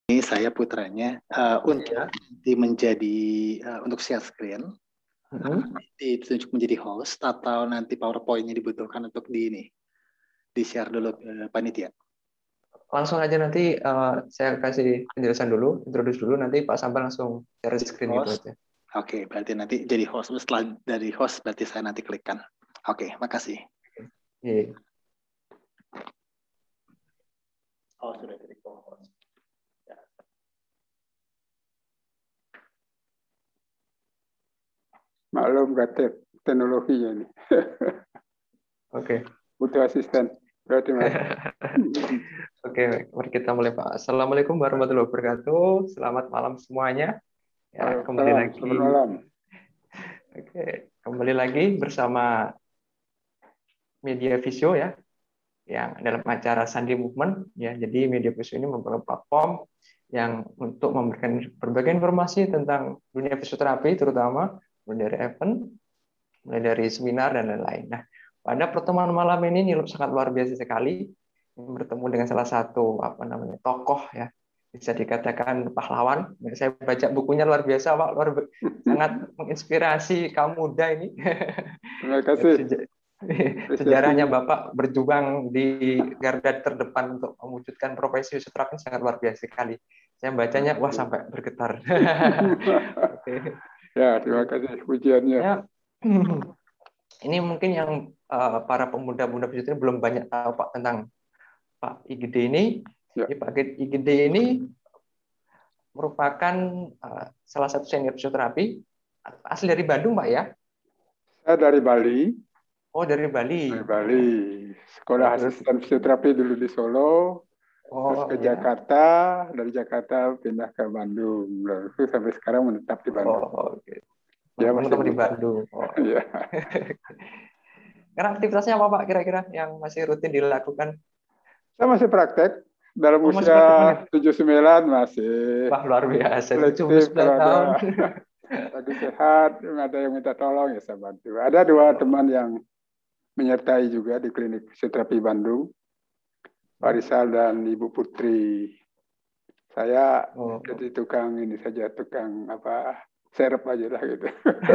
Ini saya putranya untuk Ya. menjadi untuk share screen, ditunjuk menjadi host atau nanti PowerPoint-nya dibutuhkan untuk di share dulu ke panitia. Langsung aja nanti saya kasih penjelasan dulu, introduce dulu, nanti Pak Sambal langsung share screen gitu Host. aja. Oke, berarti nanti jadi host. Setelah dari host berarti saya nanti klikkan. Oke, makasih. Iya. Oh, sudah klik host. Ya. Maklum gak teknologinya ini. Oke. Butuh asisten. Berarti Mas. Oke, mari kita mulai Pak. Assalamualaikum warahmatullahi wabarakatuh. Selamat malam semuanya. Ya, kembali lagi. Selamat malam. Oke, kembali lagi bersama Media Visio ya, yang dalam acara Sandi Movement ya. Jadi Media Visio ini merupakan platform yang untuk memberikan berbagai informasi tentang dunia fisioterapi, terutama mulai dari event, mulai dari seminar dan lain-lain. Nah, pada pertemuan malam ini sangat luar biasa sekali, bertemu dengan salah satu tokoh ya, bisa dikatakan pahlawan. Saya baca bukunya luar biasa Pak, sangat menginspirasi kaum muda ini. Terima kasih. Sejarahnya Bapak berjuang di garda terdepan untuk mewujudkan profesi fisioterapi sangat luar biasa sekali. Saya bacanya wah sampai bergetar. Oke. Ya, terima kasih pujiannya. Ya, ini mungkin yang para pemuda-pemuda fisioterapi belum banyak tahu Pak tentang Pak IGD ini. Ya. Pak IGD ini merupakan salah satu senior fisioterapi asli dari Bandung Pak ya? Saya dari Bali. Oh, dari Bali. Dari Bali. Sekolah asisten fisioterapi dulu di Solo. Terus ke Jakarta, dari Jakarta pindah ke Bandung. Lalu sampai sekarang menetap di Bandung. Oh, oke. Ya, Teman-teman di Bandung. Oh. Ya. Karena aktivitasnya apa Pak kira-kira yang masih rutin dilakukan? Saya masih praktek. Dalam masih usia 79 masih. Wah, luar biasa. Selektif 79 kalau tahun. lagi sehat, ada yang minta tolong ya saya bantu. Ada 2 teman yang menyertai juga di klinik fisioterapi Bandung, Pak Rizal dan Ibu Putri. Saya jadi tukang ini saja, tukang serep aja lah gitu.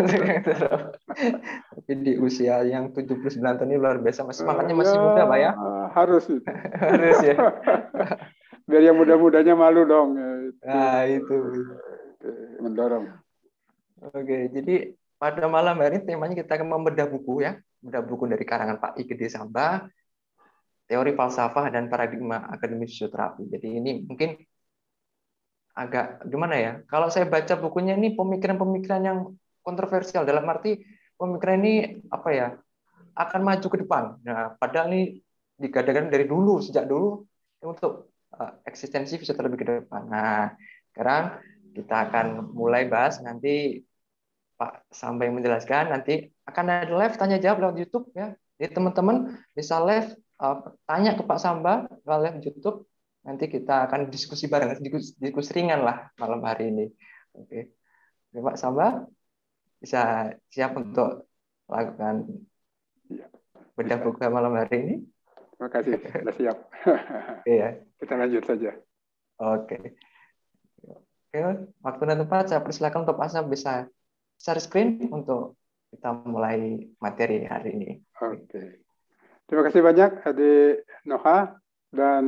Tapi di usia yang 79 tahun ini luar biasa, semangatnya masih muda Pak ya? Harus itu. Harus ya. Biar yang muda-mudanya malu dong. Nah, itu. Mendorong. Oke, jadi pada malam hari ini temanya kita akan membedah buku ya. Membedah buku dari karangan Pak IGD Samba, Teori Falsafah dan Paradigma Akademi Fisioterapi. Jadi ini mungkin agak gimana ya? Kalau saya baca bukunya ini pemikiran-pemikiran yang kontroversial, dalam arti pemikiran ini apa ya? Akan maju ke depan. Nah, padahal ini digadang-gadang dari dulu, sejak dulu untuk eksistensi fisioterapi ke depan. Nah, sekarang kita akan mulai bahas, nanti Pak Samba yang menjelaskan, nanti akan ada live tanya jawab lewat YouTube ya. Jadi teman-teman bisa live tanya ke Pak Samba lewat live YouTube. Nanti kita akan diskusi bareng, diskusi ringan lah malam hari ini. Oke. Pak Samba bisa siap untuk lakukan bedah buku malam hari ini? Terima kasih, sudah siap. Iya. Kita lanjut saja. Oke. Oke, waktu dan tempat saya persilakan untuk Pak Samba bisa share screen untuk kita mulai materi hari ini. Oke. Terima kasih banyak Adik Noha dan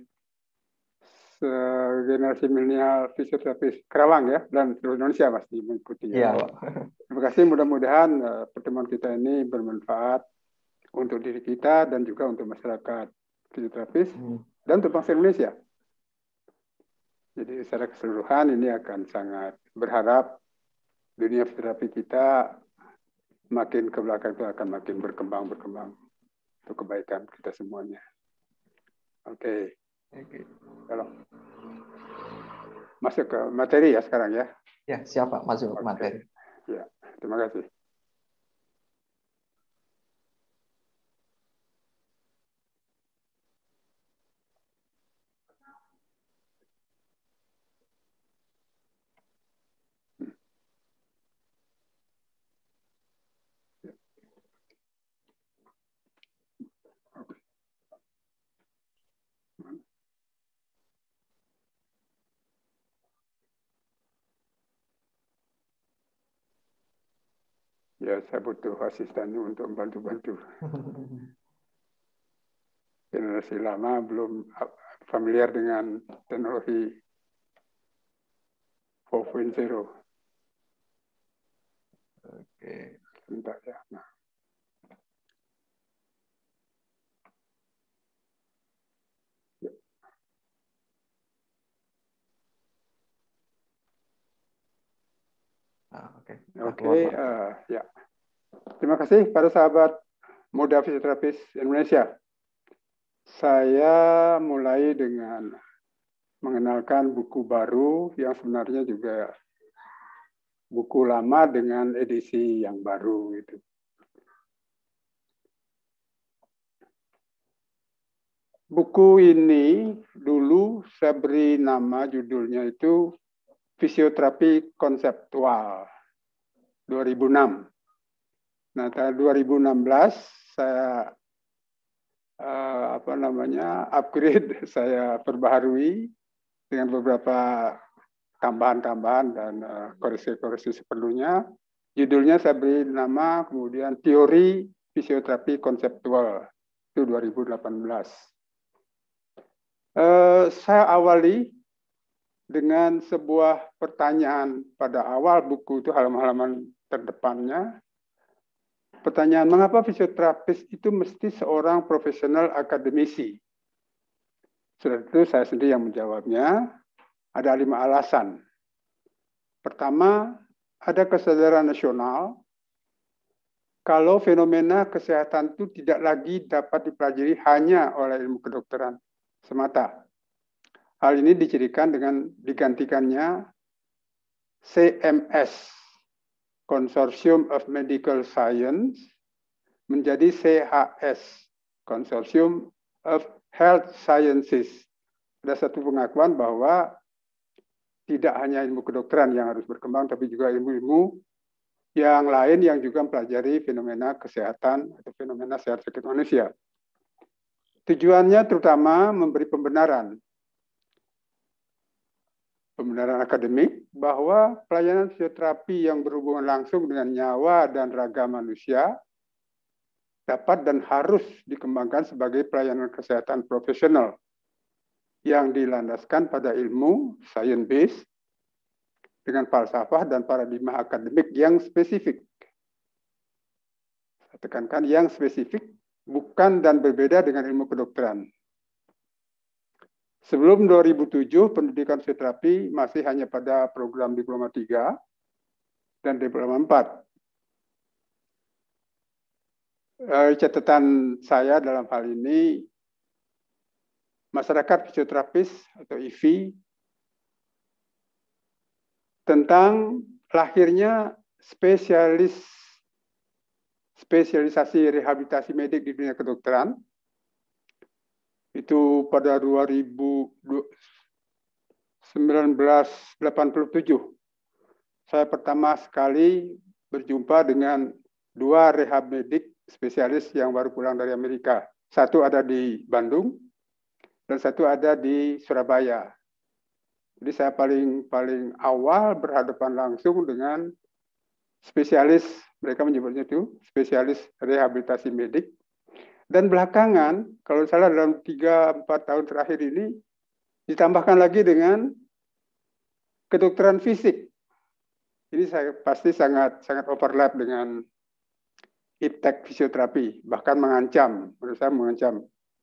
generasi milenial fisioterapis Kerawang ya, dan seluruh Indonesia pasti mengikuti ya. Iya, Pak. Terima kasih, mudah-mudahan pertemuan kita ini bermanfaat untuk diri kita dan juga untuk masyarakat fisioterapis dan untuk bangsa Indonesia. Jadi secara keseluruhan ini akan sangat berharap dunia fisioterapi kita makin ke belakang itu akan makin berkembang untuk kebaikan kita semuanya. Oke. Tolong. Masuk ke materi ya sekarang ya. Ya, siapa masuk ke materi. Ya, terima kasih. Ya, saya butuh asisten untuk membantu-bantu. Generasi lama belum familiar dengan teknologi 4.0. Oke. Sebentar ya. Nah. Oke, ya. Terima kasih para sahabat muda fisioterapis Indonesia. Saya mulai dengan mengenalkan buku baru yang sebenarnya juga buku lama dengan edisi yang baru gitu. Buku ini dulu saya beri nama judulnya itu Fisioterapi Konseptual 2006. Nah, tahun 2016 saya upgrade, saya perbaharui dengan beberapa tambahan-tambahan dan koreksi-koreksi seperlunya. Judulnya saya beri nama kemudian Teori Fisioterapi Konseptual itu 2018. Saya awali dengan sebuah pertanyaan pada awal buku itu, halaman-halaman terdepannya. Pertanyaan, mengapa fisioterapis itu mesti seorang profesional akademisi? Sudah itu saya sendiri yang menjawabnya. Ada 5 alasan. Pertama, ada kesadaran nasional kalau fenomena kesehatan itu tidak lagi dapat dipelajari hanya oleh ilmu kedokteran semata. Hal ini dicirikan dengan digantikannya CMS, Consortium of Medical Science, menjadi CHS, Consortium of Health Sciences. Ada satu pengakuan bahwa tidak hanya ilmu kedokteran yang harus berkembang, tapi juga ilmu-ilmu yang lain yang juga mempelajari fenomena kesehatan atau fenomena sehat sakit manusia. Tujuannya terutama memberi pembenaran akademik bahwa pelayanan fisioterapi yang berhubungan langsung dengan nyawa dan raga manusia dapat dan harus dikembangkan sebagai pelayanan kesehatan profesional yang dilandaskan pada ilmu science-based dengan falsafah dan paradigma akademik yang spesifik. Saya tekankan yang spesifik, bukan dan berbeda dengan ilmu kedokteran. Sebelum 2007, pendidikan fisioterapi masih hanya pada program diploma 3 dan diploma 4. Catatan saya dalam hal ini, masyarakat fisioterapis atau IV tentang lahirnya spesialisasi rehabilitasi medik di dunia kedokteran. Itu pada 1987. Saya pertama sekali berjumpa dengan 2 rehab medik spesialis yang baru pulang dari Amerika. Satu ada di Bandung dan satu ada di Surabaya. Jadi saya paling awal berhadapan langsung dengan spesialis, mereka menyebutnya itu spesialis rehabilitasi medik. Dan belakangan, kalau salah dalam 3-4 tahun terakhir ini, ditambahkan lagi dengan kedokteran fisik. Ini pasti sangat overlap dengan iptek fisioterapi, bahkan mengancam, menurut saya mengancam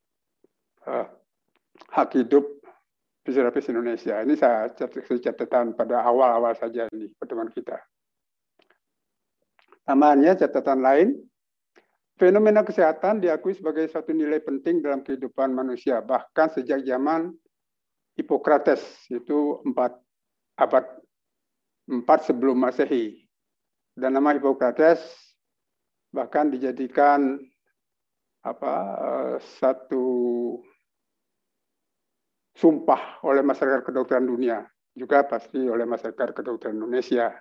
hak hidup fisioterapis Indonesia. Ini saya catatan pada awal-awal saja ini pertemuan kita. Tambahannya catatan lain, fenomena kesehatan diakui sebagai suatu nilai penting dalam kehidupan manusia, bahkan sejak zaman Hippocrates, itu abad 4 sebelum Masehi. Dan nama Hippocrates bahkan dijadikan satu sumpah oleh masyarakat kedokteran dunia, juga pasti oleh masyarakat kedokteran Indonesia.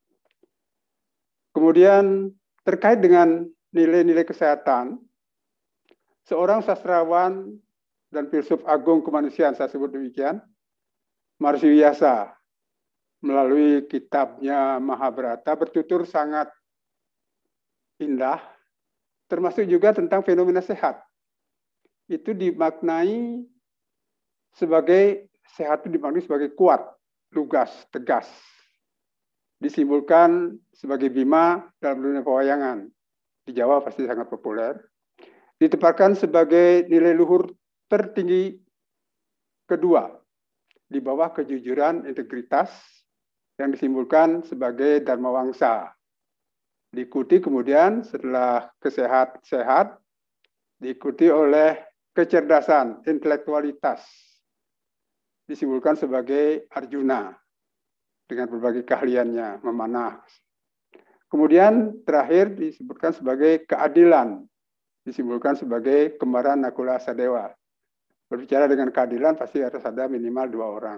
Kemudian terkait dengan nilai-nilai kesehatan, seorang sastrawan dan filsuf agung kemanusiaan, saya sebut demikian, Maharishi Vyasa, melalui kitabnya Mahabharata bertutur sangat indah, termasuk juga tentang fenomena sehat. Itu dimaknai sebagai sehat itu dimaknai sebagai kuat, lugas, tegas. Disimbolkan sebagai Bima dalam dunia pewayangan. Di Jawa pasti sangat populer. Ditempatkan sebagai nilai luhur tertinggi kedua, di bawah kejujuran, integritas, yang disimbolkan sebagai Dharma Wangsa. Diikuti kemudian setelah sehat, diikuti oleh kecerdasan, intelektualitas, disimbolkan sebagai Arjuna dengan berbagai keahliannya, memanah. Kemudian terakhir disebutkan sebagai keadilan, disimbolkan sebagai kembaran Nakula Sadewa. Berbicara dengan keadilan pasti harus ada minimal 2 orang.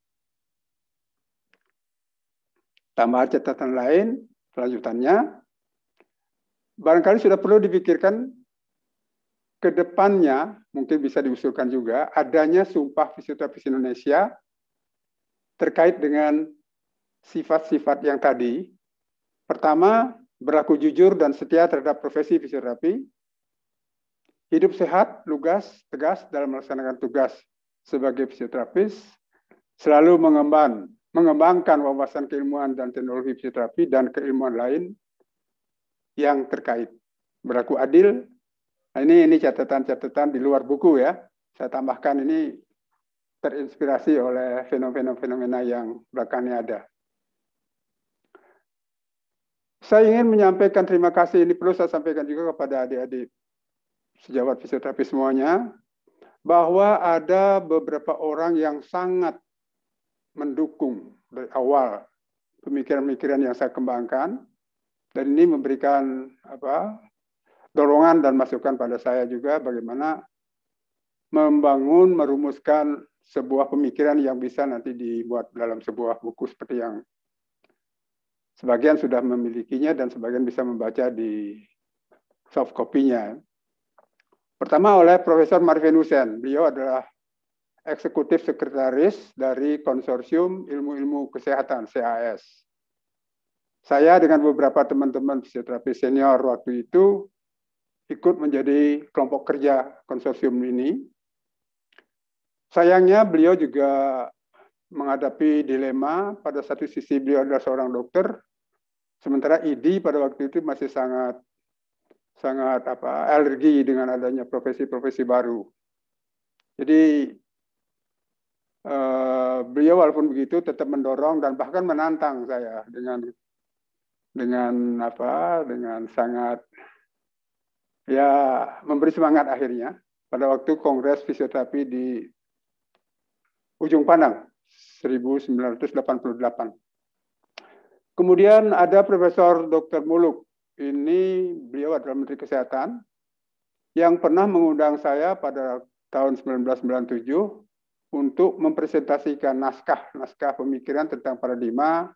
Tambahan catatan lain, selanjutannya, barangkali sudah perlu dipikirkan ke depannya, mungkin bisa diusulkan juga, adanya Sumpah Fisioterapis Indonesia terkait dengan sifat-sifat yang tadi. Pertama, berlaku jujur dan setia terhadap profesi fisioterapi, hidup sehat, lugas, tegas dalam melaksanakan tugas sebagai fisioterapis, selalu mengembangkan wawasan keilmuan dan teknologi fisioterapi dan keilmuan lain yang terkait. Berlaku adil. Nah, ini catatan-catatan di luar buku ya. Saya tambahkan ini terinspirasi oleh fenomena-fenomena yang belakangan ada. Saya ingin menyampaikan terima kasih, ini perlu saya sampaikan juga kepada adik-adik sejawat fisioterapi semuanya, bahwa ada beberapa orang yang sangat mendukung dari awal pemikiran-pemikiran yang saya kembangkan, dan ini memberikan dorongan dan masukan pada saya juga bagaimana membangun, merumuskan sebuah pemikiran yang bisa nanti dibuat dalam sebuah buku seperti yang sebagian sudah memilikinya dan sebagian bisa membaca di soft copy-nya. Pertama oleh Profesor Marvin Hussein. Beliau adalah eksekutif sekretaris dari Konsorsium Ilmu-Ilmu Kesehatan, CAS. Saya dengan beberapa teman-teman fisioterapi senior waktu itu ikut menjadi kelompok kerja konsorsium ini. Sayangnya beliau juga menghadapi dilema, pada satu sisi beliau adalah seorang dokter, sementara ID pada waktu itu masih sangat alergi dengan adanya profesi-profesi baru. Jadi beliau walaupun begitu tetap mendorong dan bahkan menantang saya dengan sangat memberi semangat akhirnya pada waktu Kongres Fisioterapi di Ujung Pandang 1988. Kemudian ada Profesor Dr. Muluk. Ini beliau adalah Menteri Kesehatan yang pernah mengundang saya pada tahun 1997 untuk mempresentasikan naskah pemikiran tentang paradigma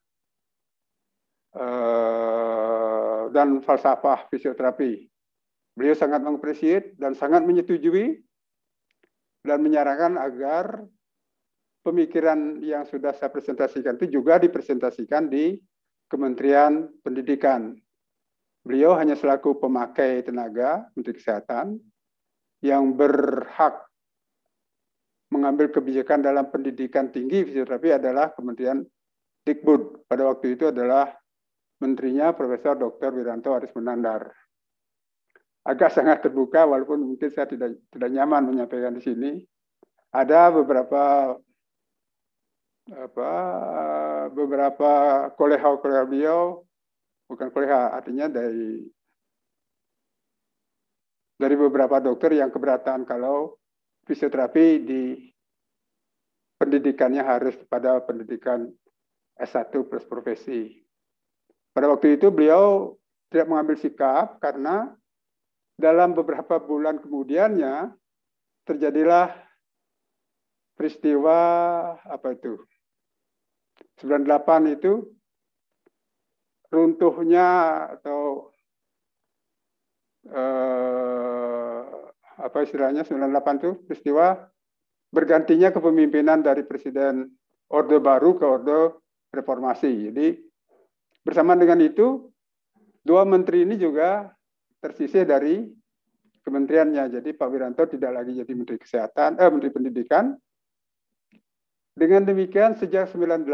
dan falsafah fisioterapi. Beliau sangat mengapresiasi dan sangat menyetujui dan menyarankan agar pemikiran yang sudah saya presentasikan itu juga dipresentasikan di Kementerian Pendidikan. Beliau hanya selaku pemakai tenaga Menteri Kesehatan yang berhak mengambil kebijakan dalam pendidikan tinggi fisioterapi adalah Kementerian Dikbud. Pada waktu itu adalah menterinya Profesor Dr. Wiranto Aris Munandar. Agak sangat terbuka, walaupun mungkin saya tidak nyaman menyampaikan di sini. Ada beberapa kolega beliau, bukan kolega, artinya dari beberapa dokter yang keberatan kalau fisioterapi di pendidikannya harus pada pendidikan S1 plus profesi. Pada waktu itu beliau tidak mengambil sikap karena dalam beberapa bulan kemudiannya terjadilah peristiwa 98 itu runtuhnya atau 98 itu peristiwa bergantinya kepemimpinan dari Presiden Orde Baru ke Orde Reformasi. Jadi bersama dengan itu dua menteri ini juga tersisih dari kementeriannya. Jadi Pak Wiranto tidak lagi jadi Menteri Kesehatan, Menteri Pendidikan. Dengan demikian sejak 98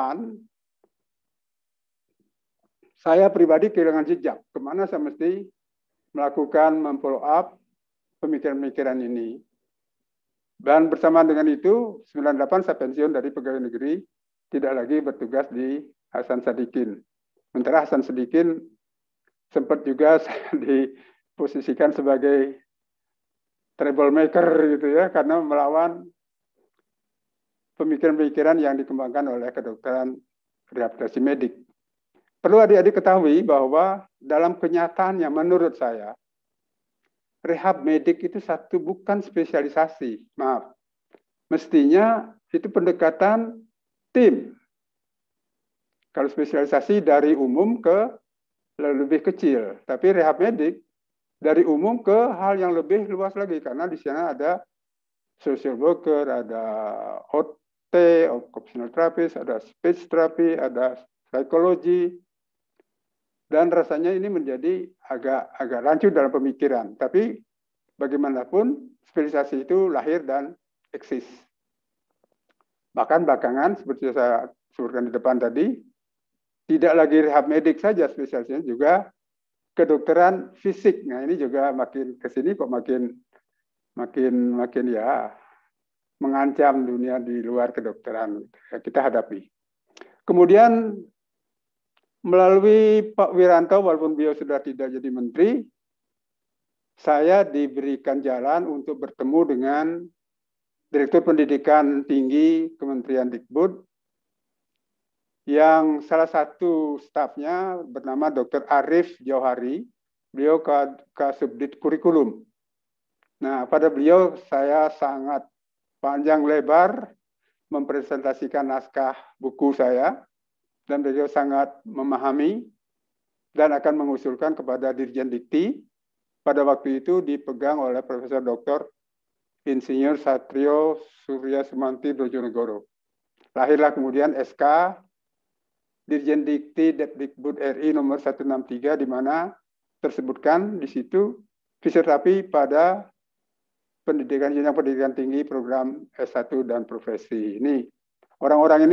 saya pribadi kehilangan jejak. Kemana saya mesti melakukan memfollow up pemikiran-pemikiran ini. Dan bersama dengan itu, 98 saya pensiun dari pegawai negeri, tidak lagi bertugas di Hasan Sadikin. Sementara Hasan Sadikin sempat juga saya diposisikan sebagai troublemaker gitu ya, karena melawan pemikiran-pemikiran yang dikembangkan oleh kedokteran rehabilitasi medik. Perlu adik-adik ketahui bahwa dalam kenyataannya menurut saya, rehab medik itu bukan spesialisasi. Maaf. Mestinya itu pendekatan tim. Kalau spesialisasi dari umum ke lebih kecil. Tapi rehab medik dari umum ke hal yang lebih luas lagi. Karena di sana ada social worker, ada OT, occupational therapist, ada speech therapy, ada psikologi. Dan rasanya ini menjadi agak rancu dalam pemikiran. Tapi bagaimanapun spesialisasi itu lahir dan eksis. Bahkan belakangan seperti saya sebutkan di depan tadi, tidak lagi rehab medik saja spesialisasinya, juga kedokteran fisik. Nah ini juga makin kesini kok makin ya mengancam dunia di luar kedokteran kita hadapi. Kemudian melalui Pak Wiranto, walaupun beliau sudah tidak jadi menteri, saya diberikan jalan untuk bertemu dengan Direktur Pendidikan Tinggi Kementerian Dikbud, yang salah satu stafnya bernama Dr. Arif Jauhari, beliau Kasubdit Kurikulum. Nah, pada beliau saya sangat panjang lebar mempresentasikan naskah buku saya, dan beliau sangat memahami dan akan mengusulkan kepada Dirjen Dikti. Pada waktu itu dipegang oleh Profesor Dr. Insinyur Satrio Surya Sumanti Brojonegoro. Lahirlah kemudian SK Dirjen Dikti Depdikbud RI nomor 163, di mana tersebutkan di situ fisioterapi pada pendidikan jenjang pendidikan tinggi program S1 dan profesi. Ini orang-orang ini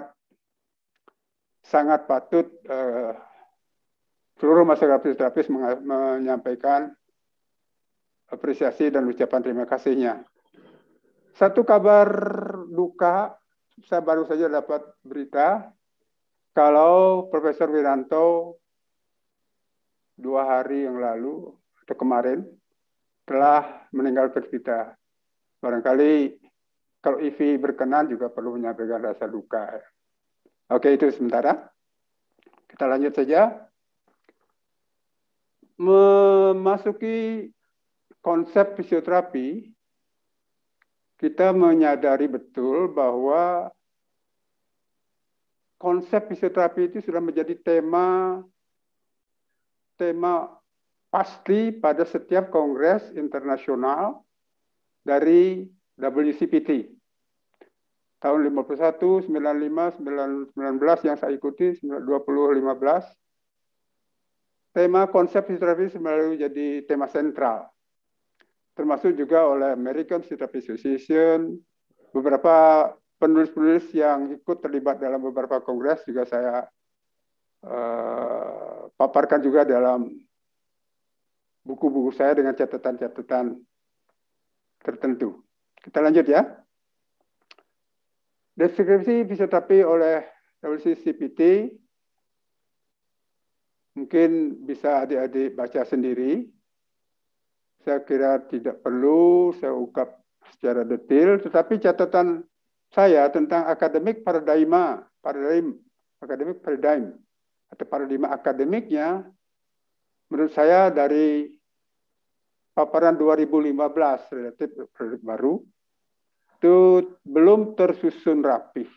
sangat patut seluruh masyarakat fisioterapis menyampaikan apresiasi dan ucapan terima kasihnya. Satu kabar duka, saya baru saja dapat berita kalau Profesor Wiranto 2 hari yang lalu atau kemarin telah meninggalkan kita. Barangkali kalau Ivi berkenan juga perlu menyampaikan rasa duka. Oke, itu sementara. Kita lanjut saja. Memasuki konsep fisioterapi, kita menyadari betul bahwa konsep fisioterapi itu sudah menjadi tema pasti pada setiap kongres internasional dari WCPT. Tahun 51, 95, 19 yang saya ikuti, 2015. Tema konsep fisioterapi selalu jadi tema sentral. Termasuk juga oleh American Physiotherapy Association, beberapa penulis-penulis yang ikut terlibat dalam beberapa kongres juga saya paparkan juga dalam buku-buku saya dengan catatan-catatan tertentu. Kita lanjut ya. Deskripsi fisioterapi oleh WCPT mungkin bisa adik-adik baca sendiri. Saya kira tidak perlu saya ungkap secara detail, tetapi catatan saya tentang akademik paradigm atau paradigma akademiknya, menurut saya dari paparan 2015 relatif baru, itu belum tersusun rapih.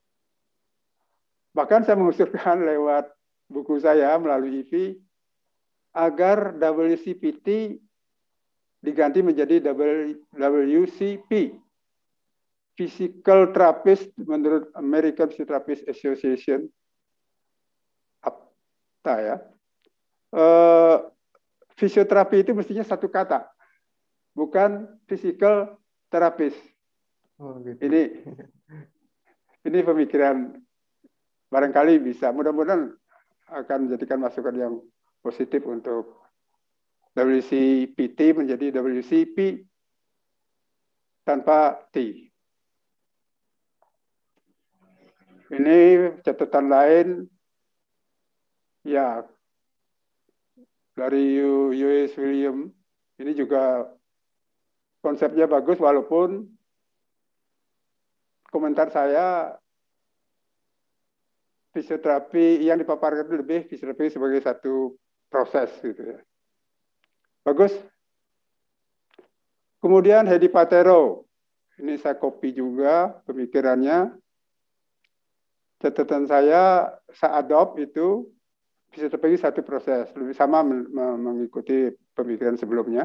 Bahkan saya mengusulkan lewat buku saya melalui IVI agar WCPT diganti menjadi WCP, Physical Therapist menurut American Physiotherapist Association, APTA ya. fisioterapi itu mestinya satu kata, bukan physical therapist. Oh, gitu. Ini pemikiran barangkali bisa, mudah-mudahan akan menjadikan masukan yang positif untuk WCPT menjadi WCP tanpa T. Ini catatan lain ya dari U.S. William. Ini juga konsepnya bagus walaupun komentar saya fisioterapi yang dipaparkan itu lebih fisioterapi sebagai satu proses gitu ya. Bagus. Kemudian Hedi Patero. Ini saya copy juga pemikirannya. Catatan saya adopt itu fisioterapi satu proses. Lebih sama mengikuti pemikiran sebelumnya.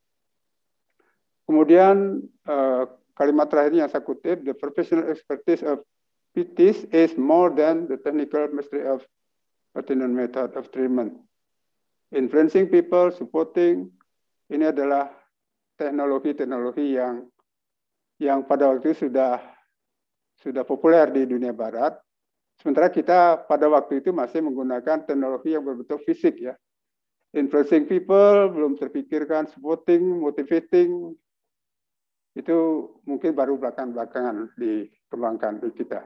Kemudian kalimat terakhirnya yang saya kutip, the professional expertise of PTs is more than the technical mastery of attendant method of treatment. Influencing people, supporting, ini adalah teknologi-teknologi yang pada waktu itu sudah populer di dunia barat. Sementara kita pada waktu itu masih menggunakan teknologi yang berbentuk fisik ya. Influencing people belum terpikirkan, supporting, motivating, itu mungkin baru belakangan dikembangkan di kita.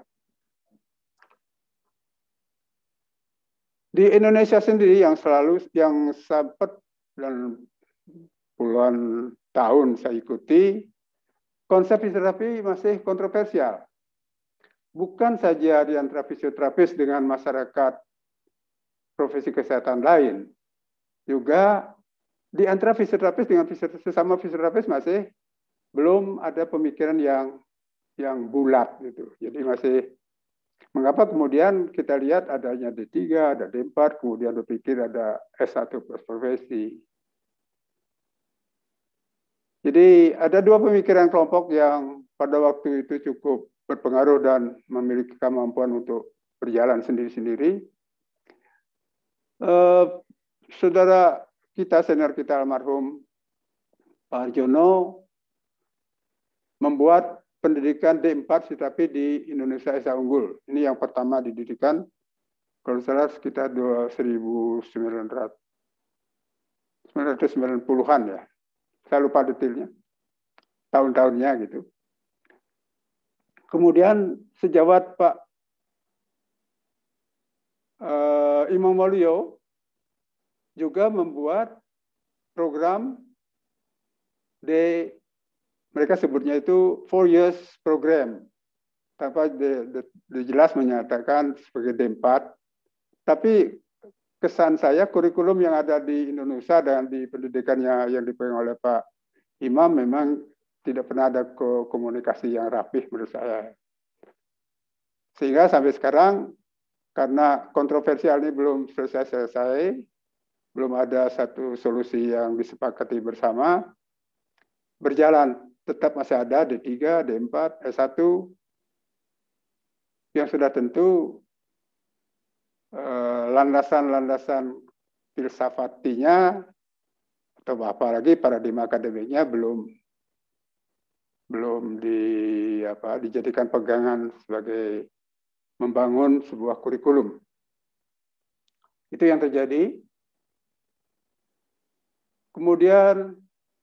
Di Indonesia sendiri yang sempat dan puluhan tahun saya ikuti, konsep fisioterapi masih kontroversial. Bukan saja di antara fisioterapis dengan masyarakat profesi kesehatan lain, juga di antara fisioterapis dengan sesama fisioterapis masih belum ada pemikiran yang bulat gitu. Jadi masih mengapa kemudian kita lihat adanya D3, ada D4, kemudian berpikir ada S1 plus profesi. Jadi ada dua pemikiran kelompok yang pada waktu itu cukup berpengaruh dan memiliki kemampuan untuk berjalan sendiri-sendiri. Saudara kita, senior kita almarhum Pak Harjono membuat pendidikan D4 tetapi di Indonesia Esa Unggul. Ini yang pertama didirikan, kalau salah sekitar 1990-an ya. Saya lupa detailnya, tahun-tahunnya gitu. Kemudian sejawat Pak Imam Waluyo juga membuat program mereka sebutnya itu 4 years program. Tanpa jelas menyatakan sebagai D4. Tapi kesan saya kurikulum yang ada di Indonesia dan di pendidikannya yang dipegang oleh Pak Imam memang tidak pernah ada komunikasi yang rapih menurut saya. Sehingga sampai sekarang karena kontroversial ini belum selesai, belum ada satu solusi yang disepakati bersama, berjalan. Tetap masih ada D3, D4, S1, yang sudah tentu landasan-landasan filsafatinya atau apalagi paradigma akademiknya belum dijadikan pegangan sebagai membangun sebuah kurikulum. Itu yang terjadi. Kemudian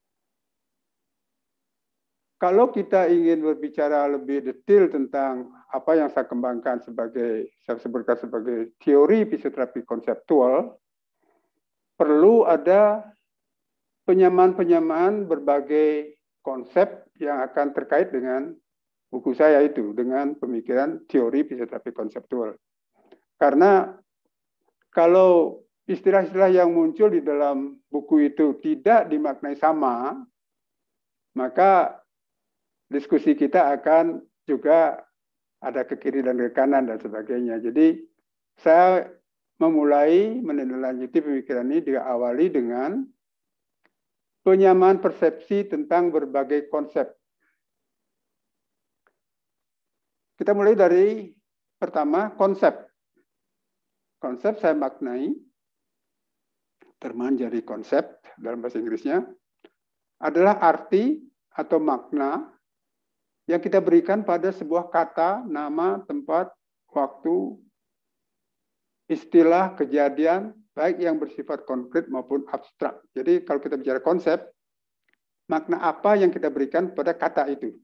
kalau kita ingin berbicara lebih detail tentang apa yang saya kembangkan saya sebutkan sebagai teori fisioterapi konseptual, perlu ada penyamaan-penyamaan berbagai konsep yang akan terkait dengan buku saya itu, dengan pemikiran teori fisioterapi konseptual. Karena kalau istilah-istilah yang muncul di dalam buku itu tidak dimaknai sama, maka diskusi kita akan juga ada ke kiri dan ke kanan dan sebagainya. Jadi saya memulai menindaklanjuti pemikiran ini diawali dengan penyamaan persepsi tentang berbagai konsep. Kita mulai dari pertama konsep. Konsep saya maknai terjemahan dari konsep dalam bahasa Inggrisnya, adalah arti atau makna yang kita berikan pada sebuah kata, nama, tempat, waktu, istilah, kejadian, baik yang bersifat konkret maupun abstrak. Jadi kalau kita bicara konsep, makna apa yang kita berikan pada kata itu.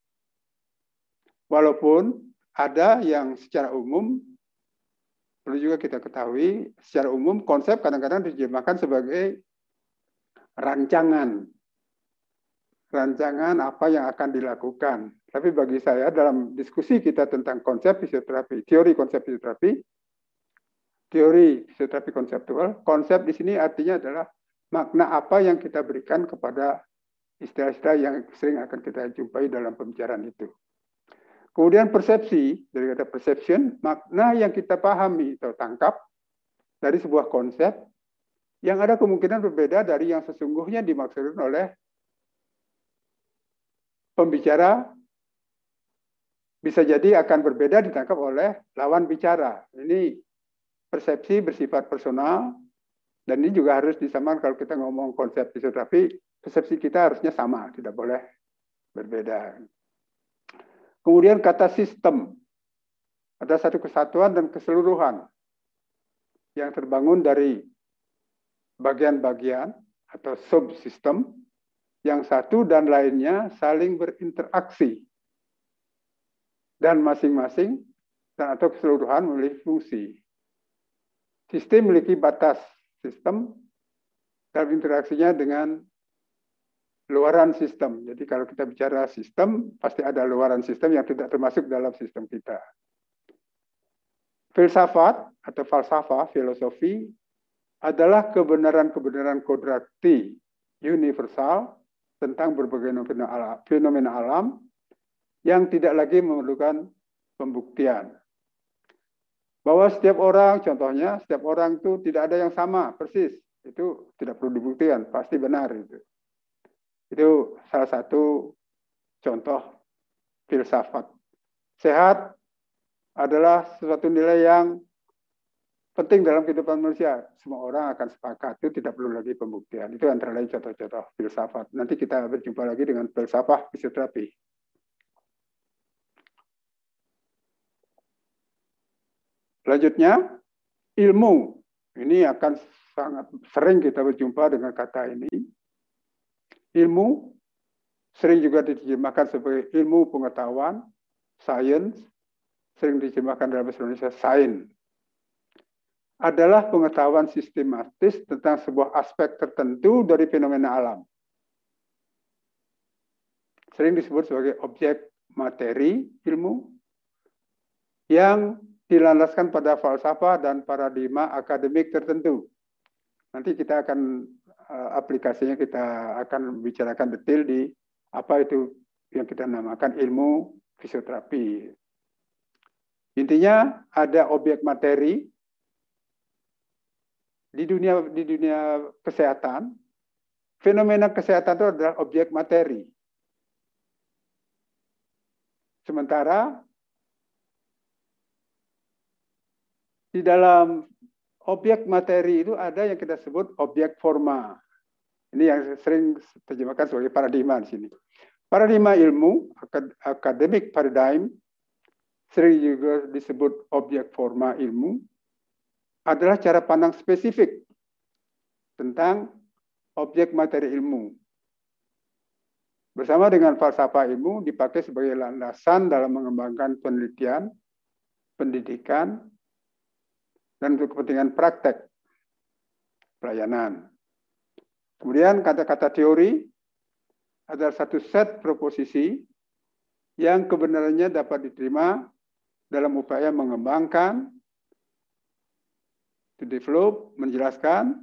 Walaupun ada yang secara umum, perlu juga kita ketahui, secara umum konsep kadang-kadang diterjemahkan sebagai rancangan. Rancangan apa yang akan dilakukan. Tapi bagi saya dalam diskusi kita tentang konsep fisioterapi, teori konsep fisioterapi, teori fisioterapi konseptual, konsep di sini artinya adalah makna apa yang kita berikan kepada istilah-istilah yang sering akan kita jumpai dalam pembicaraan itu. Kemudian persepsi, dari kata perception, makna yang kita pahami atau tangkap dari sebuah konsep yang ada kemungkinan berbeda dari yang sesungguhnya dimaksudkan oleh pembicara, bisa jadi akan berbeda ditangkap oleh lawan bicara. Ini persepsi bersifat personal, dan ini juga harus disamakan kalau kita ngomong konsep fisioterapi, persepsi kita harusnya sama, tidak boleh berbeda. Kemudian kata sistem, ada satu kesatuan dan keseluruhan yang terbangun dari bagian-bagian atau subsistem, yang satu dan lainnya saling berinteraksi dan masing-masing dan atau keseluruhan memiliki fungsi. Sistem memiliki batas sistem dalam interaksinya dengan luaran sistem. Jadi kalau kita bicara sistem, pasti ada luaran sistem yang tidak termasuk dalam sistem kita. Filsafat atau falsafah, filosofi, adalah kebenaran-kebenaran kodrati universal tentang berbagai fenomena alam yang tidak lagi memerlukan pembuktian. Bahwa setiap orang, contohnya, setiap orang itu tidak ada yang sama, persis. Itu tidak perlu dibuktikan, pasti benar itu. Itu salah satu contoh filsafat. Sehat adalah sesuatu nilai yang penting dalam kehidupan manusia. Semua orang akan sepakat, itu tidak perlu lagi pembuktian. Itu antara lain contoh-contoh filsafat. Nanti kita berjumpa lagi dengan filsafat fisioterapi. Selanjutnya, ilmu. Ini akan sangat sering kita berjumpa dengan kata ini. Ilmu sering juga diterjemahkan sebagai ilmu pengetahuan, science, sering diterjemahkan dalam bahasa Indonesia sains. Adalah pengetahuan sistematis tentang sebuah aspek tertentu dari fenomena alam. Sering disebut sebagai objek materi ilmu yang dilandaskan pada falsafah dan paradigma akademik tertentu. Nanti kita akan aplikasinya, kita akan bicarakan detail di apa itu yang kita namakan ilmu fisioterapi. Intinya ada objek materi di dunia kesehatan. Fenomena kesehatan itu adalah objek materi. Sementara di dalam objek materi itu ada yang kita sebut objek forma. Ini yang sering terjemahkan sebagai paradigma di sini. Paradigma ilmu, academic paradigm, sering juga disebut objek forma ilmu, adalah cara pandang spesifik tentang objek materi ilmu. Bersama dengan falsafah ilmu dipakai sebagai landasan dalam mengembangkan penelitian, pendidikan, dan untuk kepentingan praktek pelayanan. Kemudian kata-kata teori adalah satu set proposisi yang kebenarannya dapat diterima dalam upaya mengembangkan, to develop, menjelaskan,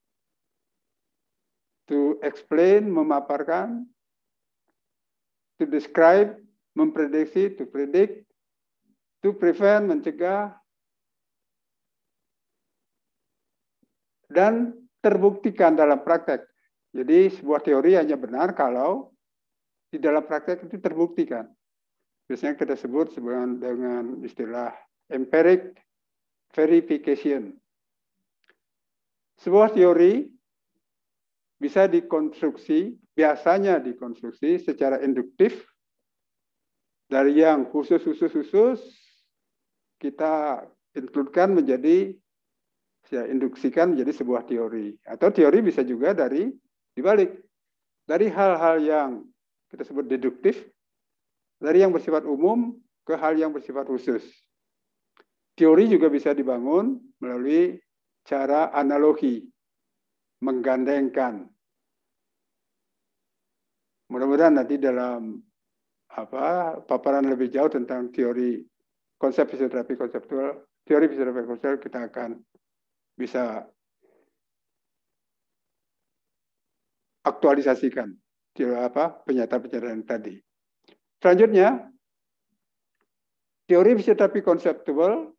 to explain, memaparkan, to describe, memprediksi, to predict, to prevent, mencegah, dan terbuktikan dalam praktek. Jadi sebuah teori hanya benar kalau di dalam praktek itu terbuktikan. Biasanya kita sebut dengan istilah empiric verification. Sebuah teori bisa dikonstruksi, biasanya dikonstruksi secara induktif, dari yang khusus kita include-kan menjadi, ya, induksikan menjadi sebuah teori. Atau teori bisa juga dari dibalik. Dari hal-hal yang kita sebut deduktif, dari yang bersifat umum ke hal yang bersifat khusus. Teori juga bisa dibangun melalui cara analogi, menggandengkan. Mudah-mudahan nanti dalam paparan lebih jauh tentang teori konsep fisioterapi konseptual, teori fisioterapi konseptual, kita akan bisa aktualisasikan pernyataan-pernyataan tadi. Selanjutnya, teori fisioterapi konseptual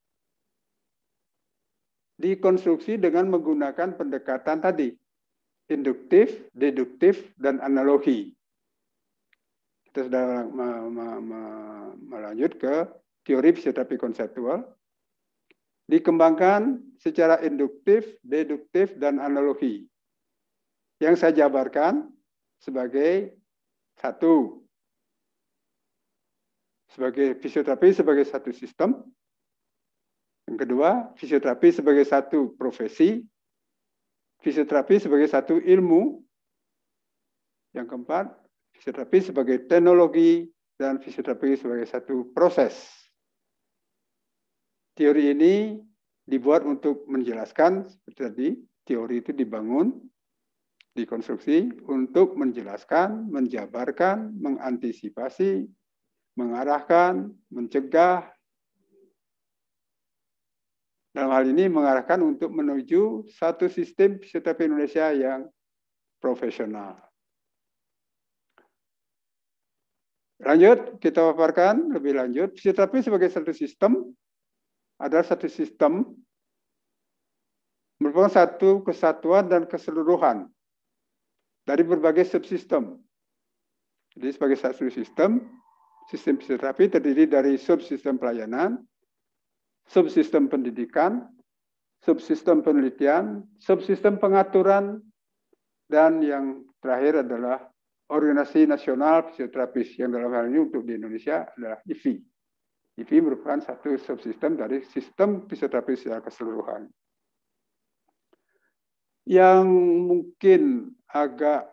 dikonstruksi dengan menggunakan pendekatan tadi, induktif, deduktif, dan analogi. Kita sudah melanjut ke teori fisioterapi konseptual, dikembangkan secara induktif, deduktif, dan analogi. Yang saya jabarkan sebagai satu, sebagai fisioterapi sebagai satu sistem. Yang kedua, fisioterapi sebagai satu profesi. Fisioterapi sebagai satu ilmu. Yang keempat, fisioterapi sebagai teknologi, dan fisioterapi sebagai satu proses. Teori ini dibuat untuk menjelaskan, seperti tadi, teori itu dibangun, dikonstruksi untuk menjelaskan, menjabarkan, mengantisipasi, mengarahkan, mencegah. Dalam hal ini mengarahkan untuk menuju satu sistem fisioterapi Indonesia yang profesional. Lanjut, kita paparkan lebih lanjut. Fisioterapi sebagai satu sistem adalah satu sistem merupakan satu kesatuan dan keseluruhan dari berbagai subsistem. Jadi sebagai satu sistem fisioterapi terdiri dari subsistem pelayanan, subsistem pendidikan, subsistem penelitian, subsistem pengaturan, dan yang terakhir adalah Organisasi Nasional Fisioterapis, yang dalam hal ini untuk di Indonesia adalah IFI. IFI merupakan satu subsistem dari sistem fisioterapi secara keseluruhan. Yang mungkin agak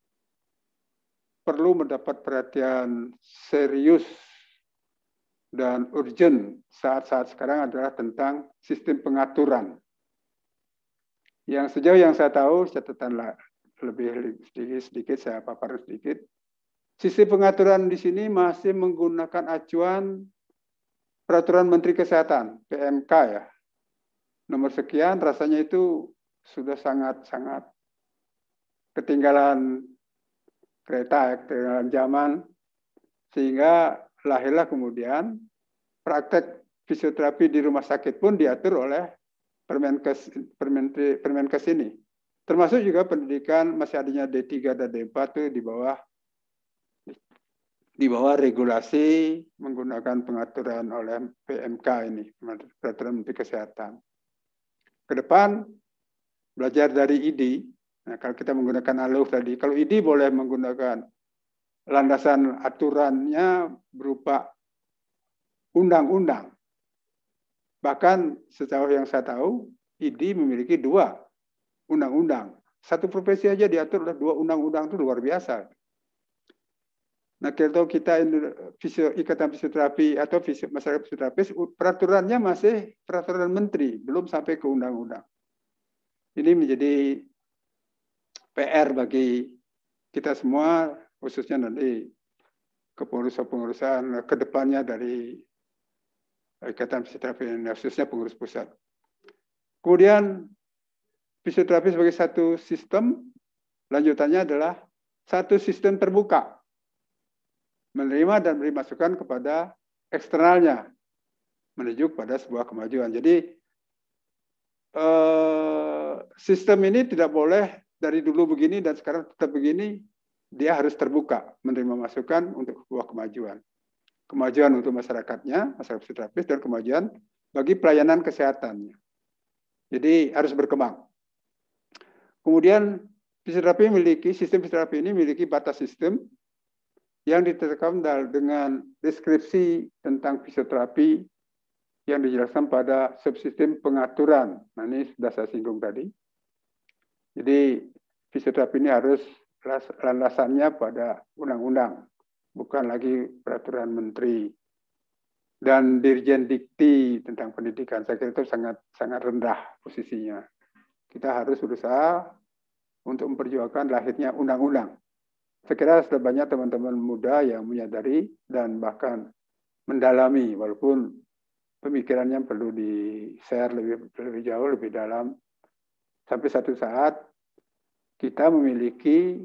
perlu mendapat perhatian serius dan urgent saat-saat sekarang adalah tentang sistem pengaturan. Yang sejauh yang saya tahu, catatan lebih sedikit saya paparan sedikit. Sistem pengaturan di sini masih menggunakan acuan Peraturan Menteri Kesehatan, PMK ya. Nomor sekian, rasanya itu sudah sangat-sangat ketinggalan kereta, ketinggalan zaman, sehingga lahirlah kemudian praktek fisioterapi di rumah sakit pun diatur oleh Permenkes ini. Termasuk juga pendidikan masih adanya D3 dan D4 itu di bawah regulasi menggunakan pengaturan oleh PMK ini, Peraturan Menteri Kesehatan. Ke depan belajar dari ID. Nah, kalau kita menggunakan ALUF tadi, kalau ID boleh menggunakan landasan aturannya berupa undang-undang. Bahkan sejauh yang saya tahu, ID memiliki 2 undang-undang. Satu profesi aja diatur oleh 2 undang-undang, itu luar biasa. Nah, kalau kita Ikatan Fisioterapi atau masyarakat fisioterapis, peraturannya masih peraturan menteri, belum sampai ke undang-undang. Ini menjadi PR bagi kita semua, khususnya nanti kepengurusan ke depannya dari Ikatan Fisioterapi, khususnya pengurus pusat. Kemudian fisioterapi sebagai satu sistem, lanjutannya adalah satu sistem terbuka. Menerima dan beri masukan kepada eksternalnya, menuju pada sebuah kemajuan. Jadi, sistem ini tidak boleh dari dulu begini dan sekarang tetap begini, dia harus terbuka, menerima masukan untuk sebuah kemajuan. Kemajuan untuk masyarakatnya, masyarakat fisioterapis, dan kemajuan bagi pelayanan kesehatannya. Jadi harus berkembang. Kemudian sistem fisioterapi ini memiliki batas sistem yang ditetapkan dengan deskripsi tentang fisioterapi yang dijelaskan pada subsistem pengaturan. Nah, ini sudah saya singgung tadi. Jadi fisioterapi ini harus landasannya pada undang-undang, bukan lagi peraturan menteri. Dan Dirjen Dikti tentang pendidikan, saya kira itu sangat rendah posisinya. Kita harus berusaha untuk memperjuangkan lahirnya undang-undang. Saya kira sudah banyak teman-teman muda yang menyadari dan bahkan mendalami, walaupun pemikirannya perlu di-share lebih jauh, lebih dalam. Sampai satu saat kita memiliki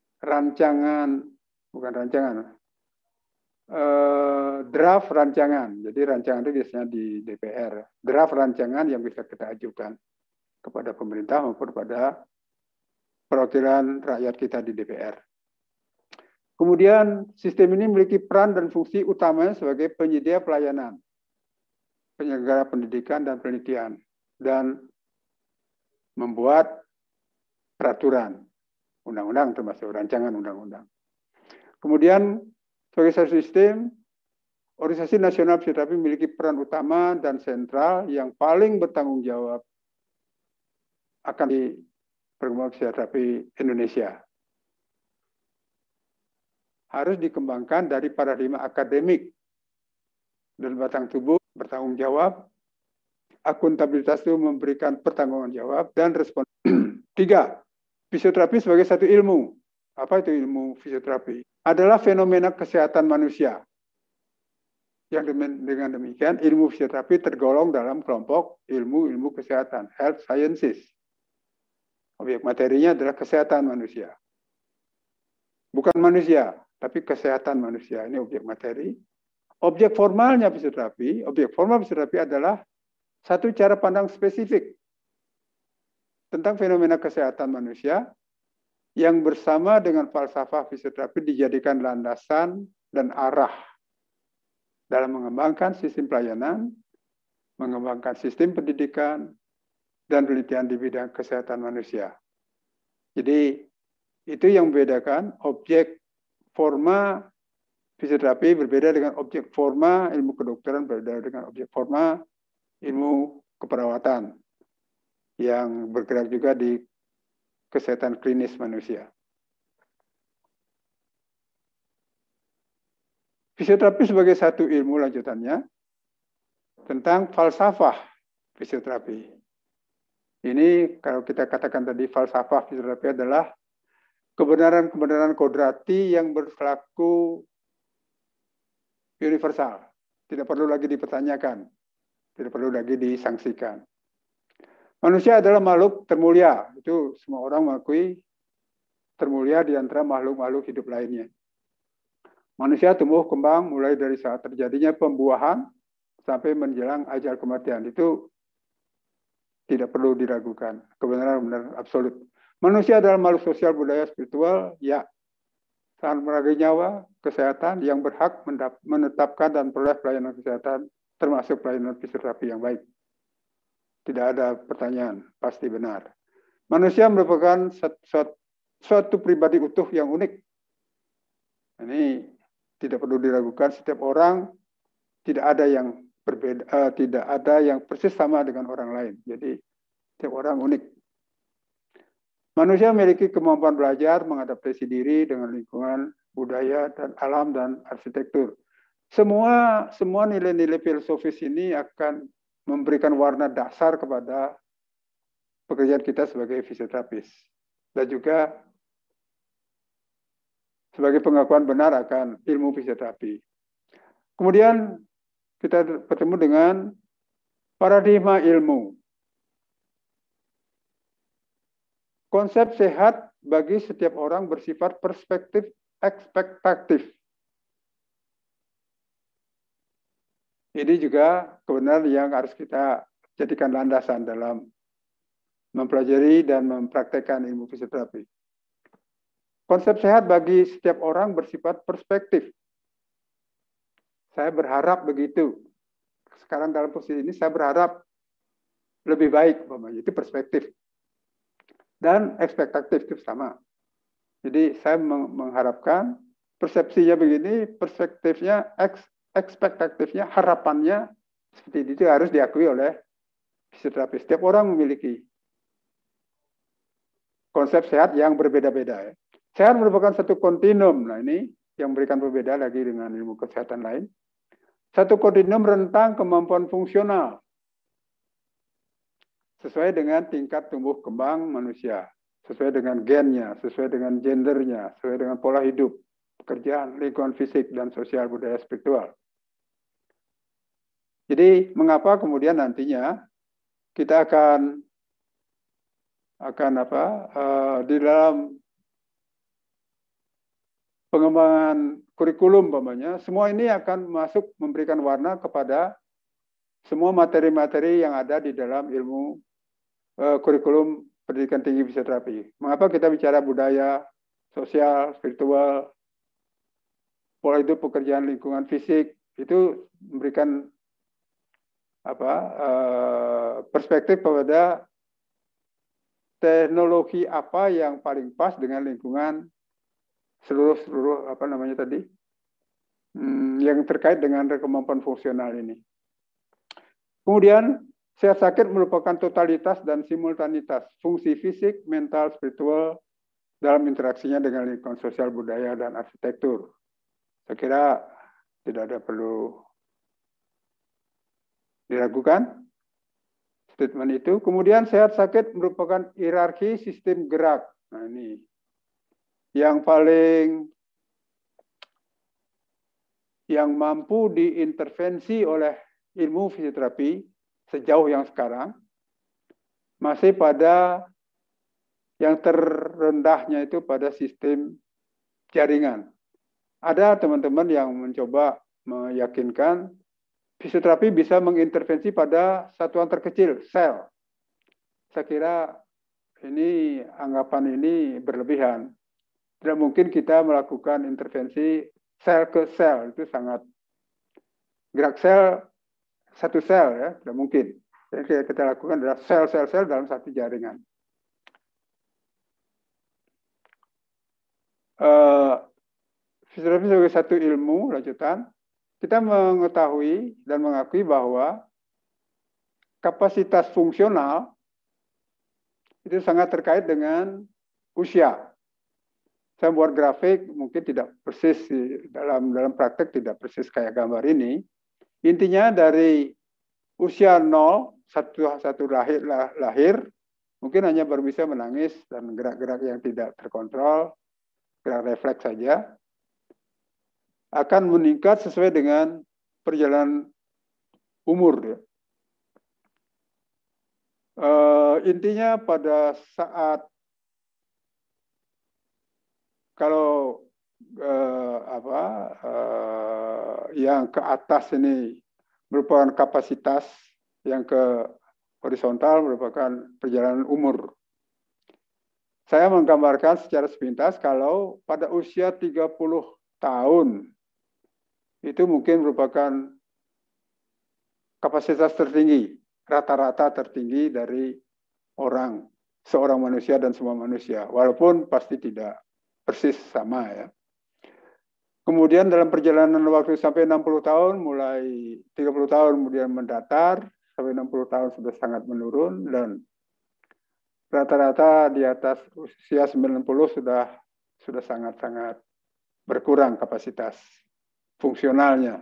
draft rancangan. Jadi rancangan itu biasanya di DPR. Draft rancangan yang bisa kita ajukan kepada pemerintah maupun kepada perwakilan rakyat kita di DPR. Kemudian sistem ini memiliki peran dan fungsi utamanya sebagai penyedia pelayanan, penyelenggara pendidikan dan penelitian, dan membuat peraturan, undang-undang termasuk rancangan undang-undang. Kemudian sebagai satu sistem, Organisasi Nasional Fisioterapi memiliki peran utama dan sentral yang paling bertanggung jawab akan di perkembangan fisioterapi Indonesia. Harus dikembangkan dari paradigma akademik dan batang tubuh bertanggung jawab, akuntabilitas itu memberikan pertanggungjawaban jawab dan respon. 3. Fisioterapi sebagai satu ilmu. Apa itu ilmu fisioterapi? Adalah fenomena kesehatan manusia. Yang dengan demikian ilmu fisioterapi tergolong dalam kelompok ilmu kesehatan, health sciences. Objek materinya adalah kesehatan manusia. Bukan manusia, tapi kesehatan manusia. Ini objek materi. Objek formalnya fisioterapi, objek formal fisioterapi adalah satu cara pandang spesifik tentang fenomena kesehatan manusia yang bersama dengan falsafah fisioterapi dijadikan landasan dan arah dalam mengembangkan sistem pelayanan, mengembangkan sistem pendidikan, dan penelitian di bidang kesehatan manusia. Jadi itu yang membedakan objek forma fisioterapi berbeda dengan objek forma ilmu kedokteran, berbeda dengan objek forma ilmu keperawatan yang bergerak juga di kesehatan klinis manusia. Fisioterapi sebagai satu ilmu lanjutannya tentang falsafah fisioterapi. Ini kalau kita katakan tadi falsafah fisioterapi adalah kebenaran-kebenaran kodrati yang berlaku universal. Tidak perlu lagi dipertanyakan. Tidak perlu lagi disangsikan. Manusia adalah makhluk termulia. Itu semua orang mengakui termulia di antara makhluk-makhluk hidup lainnya. Manusia tumbuh kembang mulai dari saat terjadinya pembuahan sampai menjelang ajal kematian. Itu tidak perlu diragukan. Kebenaran absolut. Manusia adalah makhluk sosial, budaya, spiritual, ya. Sangat menghargai nyawa, kesehatan yang berhak menetapkan dan peroleh pelayanan kesehatan, termasuk pelayanan fisioterapi yang baik. Tidak ada pertanyaan, pasti benar. Manusia merupakan suatu pribadi utuh yang unik. Ini tidak perlu diragukan, setiap orang tidak ada yang berbeda, tidak ada yang persis sama dengan orang lain. Jadi setiap orang unik. Manusia memiliki kemampuan belajar, mengadaptasi diri dengan lingkungan, budaya, dan alam, dan arsitektur. Semua nilai-nilai filosofis ini akan memberikan warna dasar kepada pekerjaan kita sebagai fisioterapis. Dan juga sebagai pengakuan benar akan ilmu fisioterapi. Kemudian kita bertemu dengan paradigma ilmu. Konsep sehat bagi setiap orang bersifat perspektif ekspektatif. Ini juga kebenaran yang harus kita jadikan landasan dalam mempelajari dan mempraktekkan ilmu fisioterapi. Konsep sehat bagi setiap orang bersifat perspektif. Saya berharap begitu. Sekarang dalam posisi ini saya berharap lebih baik, itu perspektif. dan ekspektatif itu sama. Jadi saya mengharapkan persepsinya begini, perspektifnya, ekspektatifnya, harapannya seperti itu harus diakui oleh fisioterapi. Setiap orang memiliki konsep sehat yang berbeda-beda. Ya. Sehat merupakan satu kontinum. Nah ini yang memberikan berbeda lagi dengan ilmu kesehatan lain. Satu kontinum rentang kemampuan fungsional sesuai dengan tingkat tumbuh kembang manusia, sesuai dengan gennya, sesuai dengan gendernya, sesuai dengan pola hidup, pekerjaan, lingkungan fisik, dan sosial budaya spiritual. Jadi mengapa kemudian nantinya kita akan di dalam pengembangan kurikulum umpamanya, semua ini akan masuk memberikan warna kepada semua materi-materi yang ada di dalam ilmu kurikulum pendidikan tinggi fisioterapi. Mengapa kita bicara budaya, sosial, spiritual, pola hidup, pekerjaan, lingkungan fisik, itu memberikan perspektif kepada teknologi apa yang paling pas dengan lingkungan seluruh yang terkait dengan kemampuan fungsional ini. Kemudian sehat sakit merupakan totalitas dan simultanitas fungsi fisik, mental, spiritual dalam interaksinya dengan lingkungan sosial, budaya, dan arsitektur. Saya kira tidak ada perlu diragukan statement itu. Kemudian sehat sakit merupakan hierarki sistem gerak. Nah ini yang mampu diintervensi oleh ilmu fisioterapi sejauh yang sekarang masih pada yang terendahnya itu pada sistem jaringan. Ada teman-teman yang mencoba meyakinkan fisioterapi bisa mengintervensi pada satuan terkecil, sel. Saya kira ini anggapan ini berlebihan. Tidak mungkin kita melakukan intervensi sel ke sel, itu sangat gerak sel satu sel ya, tidak mungkin. Yang kita lakukan adalah sel-sel dalam satu jaringan. Fisioterapi sebagai satu ilmu lanjutan, kita mengetahui dan mengakui bahwa kapasitas fungsional itu sangat terkait dengan usia. Saya buat grafik, mungkin tidak persis dalam praktek tidak persis kayak gambar ini. Intinya dari usia 0, satu lahir, mungkin hanya baru bisa menangis dan gerak-gerak yang tidak terkontrol, gerak refleks saja, akan meningkat sesuai dengan perjalanan umur. Ya. Intinya pada saat kalau yang ke atas ini merupakan kapasitas, yang ke horizontal merupakan perjalanan umur. Saya menggambarkan secara sepintas kalau pada usia 30 tahun itu mungkin merupakan kapasitas tertinggi, rata-rata tertinggi dari seorang manusia dan semua manusia, walaupun pasti tidak persis sama ya. Kemudian dalam perjalanan waktu sampai 60 tahun, mulai 30 tahun kemudian mendatar, sampai 60 tahun sudah sangat menurun, dan rata-rata di atas usia 90 sudah sangat-sangat berkurang kapasitas fungsionalnya.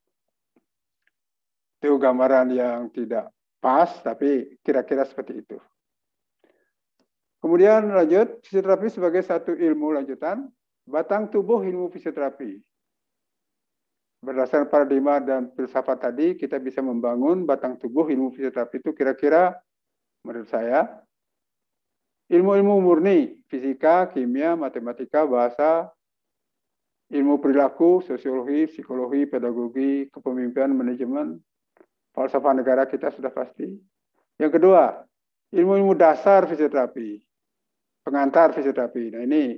Itu gambaran yang tidak pas, tapi kira-kira seperti itu. Kemudian lanjut, fisioterapi sebagai satu ilmu lanjutan, batang tubuh ilmu fisioterapi. Berdasarkan paradigma dan filsafat tadi, kita bisa membangun batang tubuh ilmu fisioterapi itu kira-kira, menurut saya, ilmu-ilmu murni, fisika, kimia, matematika, bahasa, ilmu perilaku, sosiologi, psikologi, pedagogi, kepemimpinan, manajemen, falsafah negara kita sudah pasti. Yang kedua, ilmu-ilmu dasar fisioterapi, pengantar fisioterapi. Nah ini,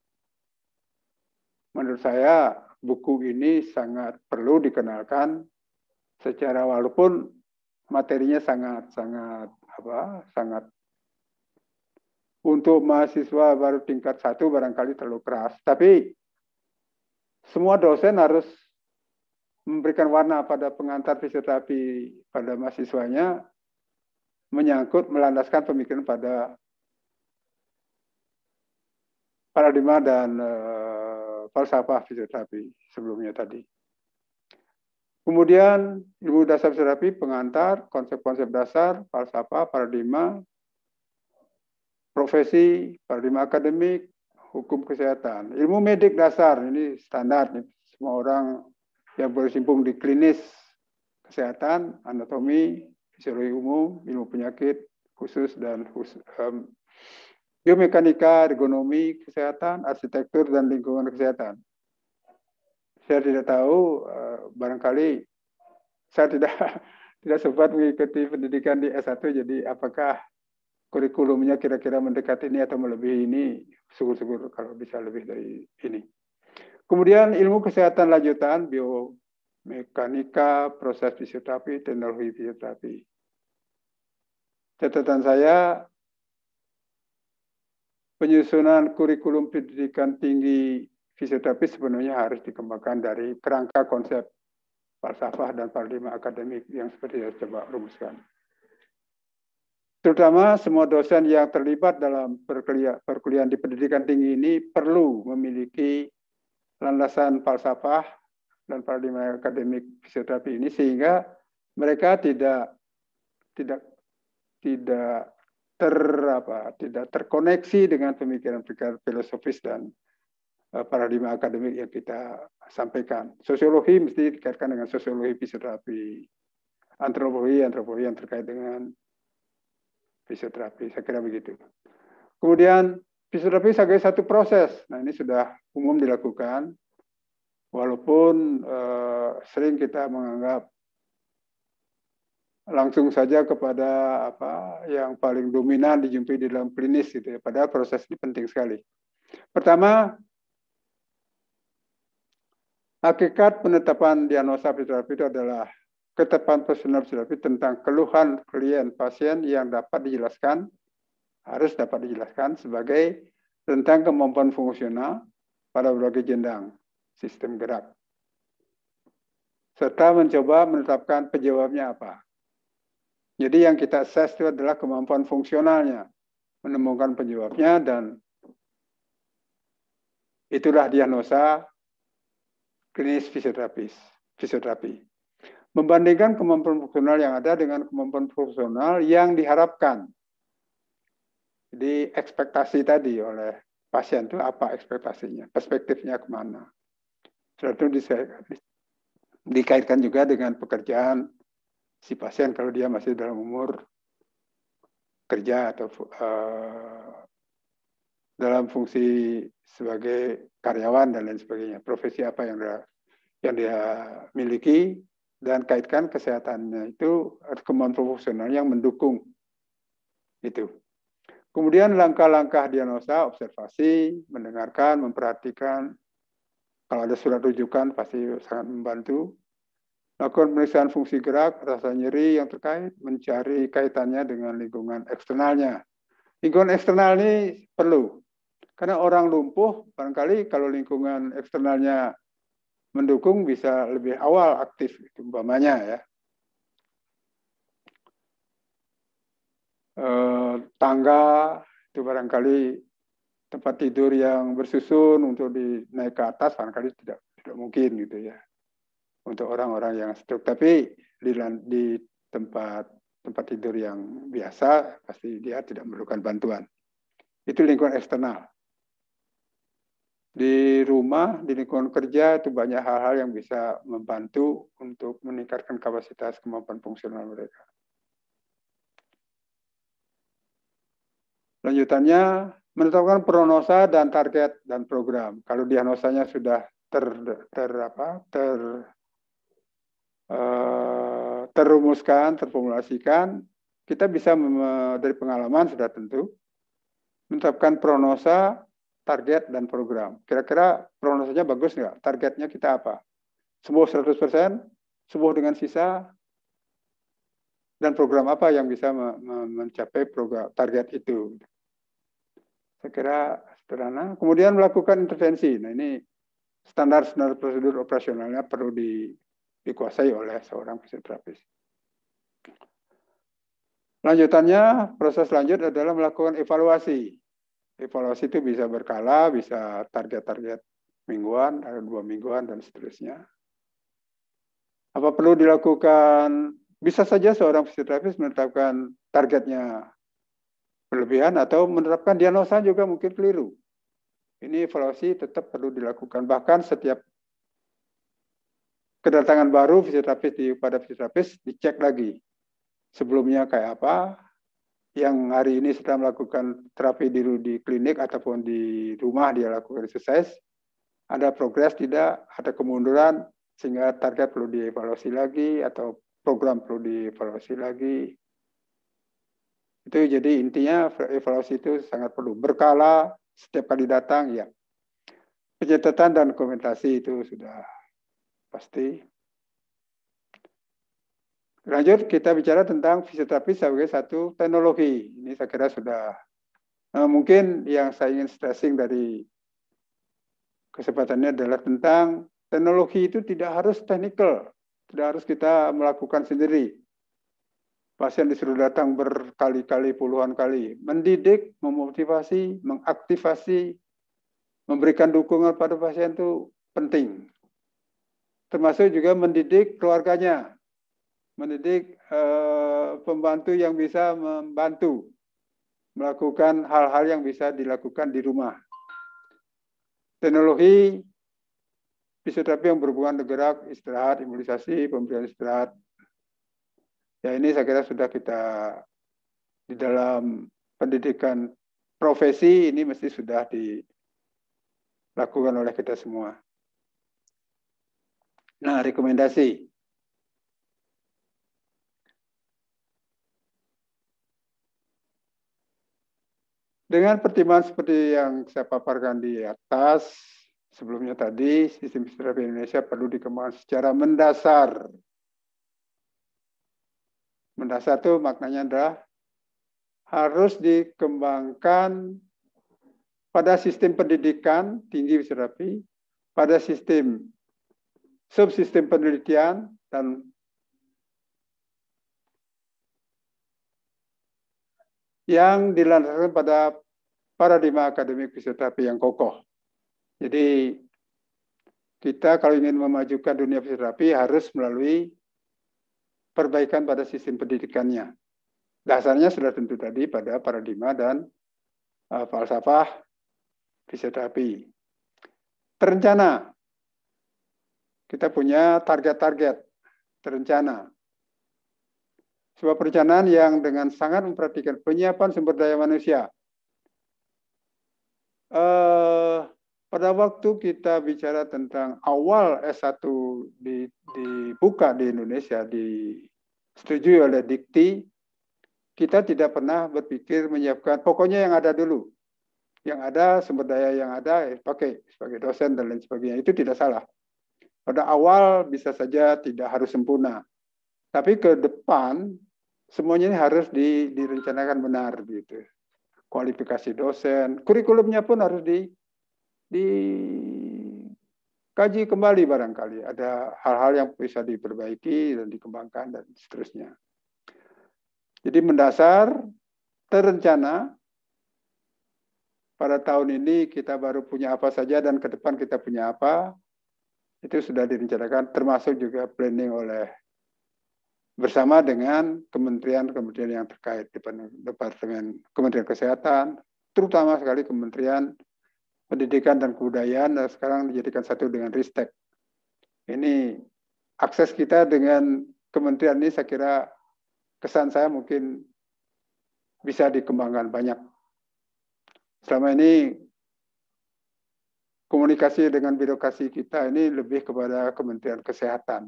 menurut saya, buku ini sangat perlu dikenalkan secara, walaupun materinya sangat untuk mahasiswa baru tingkat 1 barangkali terlalu keras. Tapi semua dosen harus memberikan warna pada pengantar fisioterapi pada mahasiswanya, menyangkut melandaskan pemikiran pada paradigma dan falsafah fisioterapi sebelumnya tadi. Kemudian ilmu dasar fisioterapi, pengantar, konsep-konsep dasar, falsafah, paradigma, profesi, paradigma akademik, hukum kesehatan. Ilmu medik dasar, ini standar nih. Semua orang yang bersimpung di klinis kesehatan, anatomi, fisiologi umum, ilmu penyakit khusus dan biomekanika, ergonomi kesehatan, arsitektur dan lingkungan kesehatan. Saya tidak tahu, barangkali saya tidak sempat mengikuti pendidikan di S1, jadi apakah kurikulumnya kira-kira mendekati ini atau melebihi ini, syukur-syukur kalau bisa lebih dari ini. Kemudian ilmu kesehatan lanjutan, biomekanika, proses fisioterapi, teknologi fisioterapi. Catatan saya, penyusunan kurikulum pendidikan tinggi fisioterapi sebenarnya harus dikembangkan dari kerangka konsep falsafah dan paradigma akademik yang seperti saya coba rumuskan. Terutama semua dosen yang terlibat dalam perkuliahan di pendidikan tinggi ini perlu memiliki landasan falsafah dan paradigma akademik fisioterapi ini, sehingga mereka tidak terkoneksi dengan pemikiran-pemikiran filosofis dan paradigma akademik yang kita sampaikan. Sosiologi mesti dikaitkan dengan sosiologi fisioterapi, antropologi yang terkait dengan fisioterapi, saya kira begitu. Kemudian fisioterapi sebagai satu proses. Nah, ini sudah umum dilakukan, walaupun sering kita menganggap langsung saja kepada apa yang paling dominan dijumpai di dalam klinis gitu ya. Padahal proses ini penting sekali. Pertama, hakikat penetapan diagnosa fisioterapi itu adalah ketetapan personal fisioterapi tentang keluhan klien pasien yang harus dapat dijelaskan sebagai tentang kemampuan fungsional pada berbagai jenjang sistem gerak, serta mencoba menetapkan penjawabnya apa. Jadi yang kita assess itu adalah kemampuan fungsionalnya, menemukan penjawabnya, dan itulah diagnosa klinis fisioterapi. Membandingkan kemampuan fungsional yang ada dengan kemampuan fungsional yang diharapkan. Jadi ekspektasi tadi oleh pasien itu apa ekspektasinya, perspektifnya kemana. Setelah itu dikaitkan juga dengan pekerjaan si pasien kalau dia masih dalam umur kerja atau dalam fungsi sebagai karyawan dan lain sebagainya. Profesi apa yang dia miliki, dan kaitkan kesehatannya itu kemampuan fungsional yang mendukung itu. Kemudian langkah-langkah diagnosa, observasi, mendengarkan, memperhatikan. Kalau ada surat rujukan pasti sangat membantu. Lakukan pemeriksaan fungsi gerak, rasa nyeri yang terkait, mencari kaitannya dengan lingkungan eksternalnya. Lingkungan eksternal ini perlu. Karena orang lumpuh, barangkali kalau lingkungan eksternalnya mendukung bisa lebih awal aktif, umpamanya ya. Tangga itu barangkali tempat tidur yang bersusun untuk dinaik ke atas barangkali tidak mungkin gitu ya untuk orang-orang yang stroke. Tapi di tempat tidur yang biasa pasti dia tidak memerlukan bantuan. Itu lingkungan eksternal. Di rumah, di lingkungan kerja itu banyak hal-hal yang bisa membantu untuk meningkatkan kapasitas kemampuan fungsional mereka. Lanjutannya, menetapkan prognosa dan target dan program. Kalau diagnosanya sudah terrumuskan, terformulasikan, kita bisa dari pengalaman sudah tentu menetapkan prognosa, target, dan program. Kira-kira prognosanya bagus nggak? Targetnya kita apa? Sembuh 100%, sembuh dengan sisa, dan program apa yang bisa mencapai program target itu. Saya kira sederhana. Kemudian melakukan intervensi. Nah ini standar prosedur operasionalnya perlu dikuasai oleh seorang fisioterapis. Lanjutannya, proses lanjut adalah melakukan evaluasi. Evaluasi itu bisa berkala, bisa target-target mingguan, 2 mingguan, dan seterusnya. Apa perlu dilakukan? Bisa saja seorang fisioterapis menetapkan targetnya berlebihan atau menerapkan diagnosa juga mungkin keliru. Ini evaluasi tetap perlu dilakukan. Bahkan setiap kedatangan baru pada fisioterapis dicek lagi. Sebelumnya kayak apa, yang hari ini sedang melakukan terapi di klinik ataupun di rumah dia lakukan exercise, ada progres tidak, ada kemunduran, sehingga target perlu dievaluasi lagi atau program perlu dievaluasi lagi. Itu jadi intinya evaluasi itu sangat perlu. Berkala, setiap kali datang, ya. Pencatatan dan dokumentasi itu sudah pasti. Lanjut, kita bicara tentang fisioterapi sebagai satu teknologi. Ini saya kira sudah mungkin yang saya ingin stressing dari kesempatannya adalah tentang teknologi itu tidak harus technical, tidak harus kita melakukan sendiri. Pasien disuruh datang berkali-kali, puluhan kali. Mendidik, memotivasi, mengaktifasi, memberikan dukungan pada pasien itu penting. Termasuk juga mendidik keluarganya. Mendidik pembantu yang bisa membantu melakukan hal-hal yang bisa dilakukan di rumah. Teknologi fisioterapi yang berhubungan bergerak, istirahat, imunisasi, pemberian istirahat. Ya ini saya kira sudah kita di dalam pendidikan profesi ini mesti sudah dilakukan oleh kita semua. Nah, rekomendasi. Dengan pertimbangan seperti yang saya paparkan di atas, sebelumnya tadi, sistem fisioterapi Indonesia perlu dikembangkan secara mendasar. Mendasar itu maknanya adalah harus dikembangkan pada sistem pendidikan tinggi fisioterapi, pada sistem subsistem penelitian, dan yang dilandaskan pada paradigma akademik fisioterapi yang kokoh. Jadi kita kalau ingin memajukan dunia fisioterapi harus melalui perbaikan pada sistem pendidikannya. Dasarnya sudah tentu tadi pada paradigma dan falsafah fisioterapi. Terencana. Kita punya target-target terencana. Sebuah perencanaan yang dengan sangat memperhatikan penyiapan sumber daya manusia. Pada waktu kita bicara tentang awal S1 dibuka di Indonesia, disetujui oleh Dikti, kita tidak pernah berpikir menyiapkan, pokoknya yang ada dulu. Yang ada, sumber daya yang ada, pakai sebagai dosen dan lain sebagainya. Itu tidak salah. Pada awal bisa saja tidak harus sempurna. Tapi ke depan, semuanya ini harus direncanakan benar. Gitu. Kualifikasi dosen, kurikulumnya pun harus dikaji kembali barangkali. Ada hal-hal yang bisa diperbaiki dan dikembangkan dan seterusnya. Jadi mendasar, terencana, pada tahun ini kita baru punya apa saja dan ke depan kita punya apa, itu sudah direncanakan termasuk juga planning oleh bersama dengan kementerian-kementerian yang terkait, Departemen Kementerian Kesehatan, terutama sekali Kementerian Pendidikan dan Kebudayaan, dan sekarang dijadikan satu dengan Ristek. Ini akses kita dengan kementerian ini saya kira kesan saya mungkin bisa dikembangkan banyak. Selama ini komunikasi dengan birokrasi kita ini lebih kepada Kementerian Kesehatan.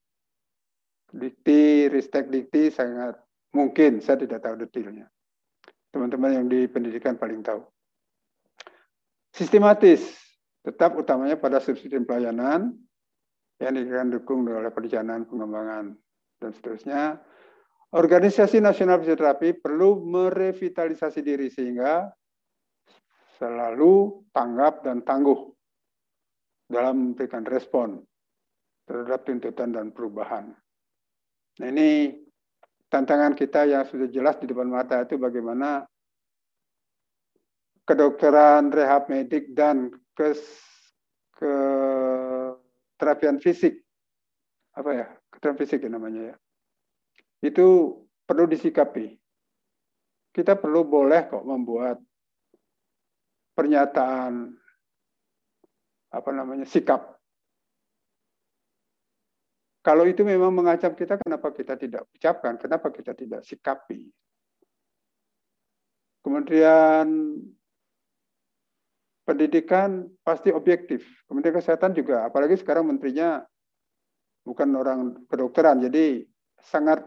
Dikti, Ristek Dikti sangat mungkin, saya tidak tahu detailnya. Teman-teman yang di pendidikan paling tahu. Sistematis, tetap utamanya pada subsistem pelayanan, yang didukung oleh perencanaan, pengembangan, dan seterusnya. Organisasi Nasional Fisioterapi perlu merevitalisasi diri sehingga selalu tanggap dan tangguh dalam memberikan respon terhadap tuntutan dan perubahan. Nah, ini tantangan kita yang sudah jelas di depan mata itu bagaimana kedokteran, rehab medik, dan terapian fisik, kedokteran fisik namanya ya, itu perlu disikapi. Kita perlu boleh kok membuat pernyataan sikap. Kalau itu memang mengancam kita, kenapa kita tidak ucapkan? Kenapa kita tidak sikapi? Kemudian pendidikan pasti objektif. Kemudian kesehatan juga, apalagi sekarang menterinya bukan orang kedokteran, jadi sangat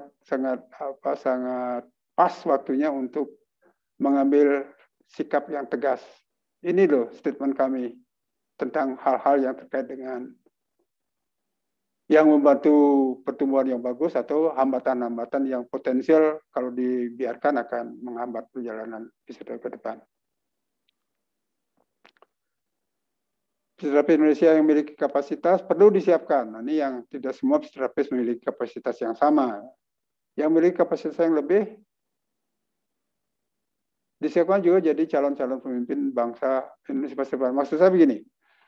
pas waktunya untuk mengambil sikap yang tegas. Ini loh statement kami tentang hal-hal yang terkait dengan yang membantu pertumbuhan yang bagus atau hambatan-hambatan yang potensial kalau dibiarkan akan menghambat perjalanan fisioterapi ke depan. Fisioterapi Indonesia yang memiliki kapasitas perlu disiapkan. Nah, ini yang tidak semua fisioterapis memiliki kapasitas yang sama. Yang memiliki kapasitas yang lebih disiapkan juga jadi calon-calon pemimpin bangsa Indonesia masa depan. Maksud saya begini,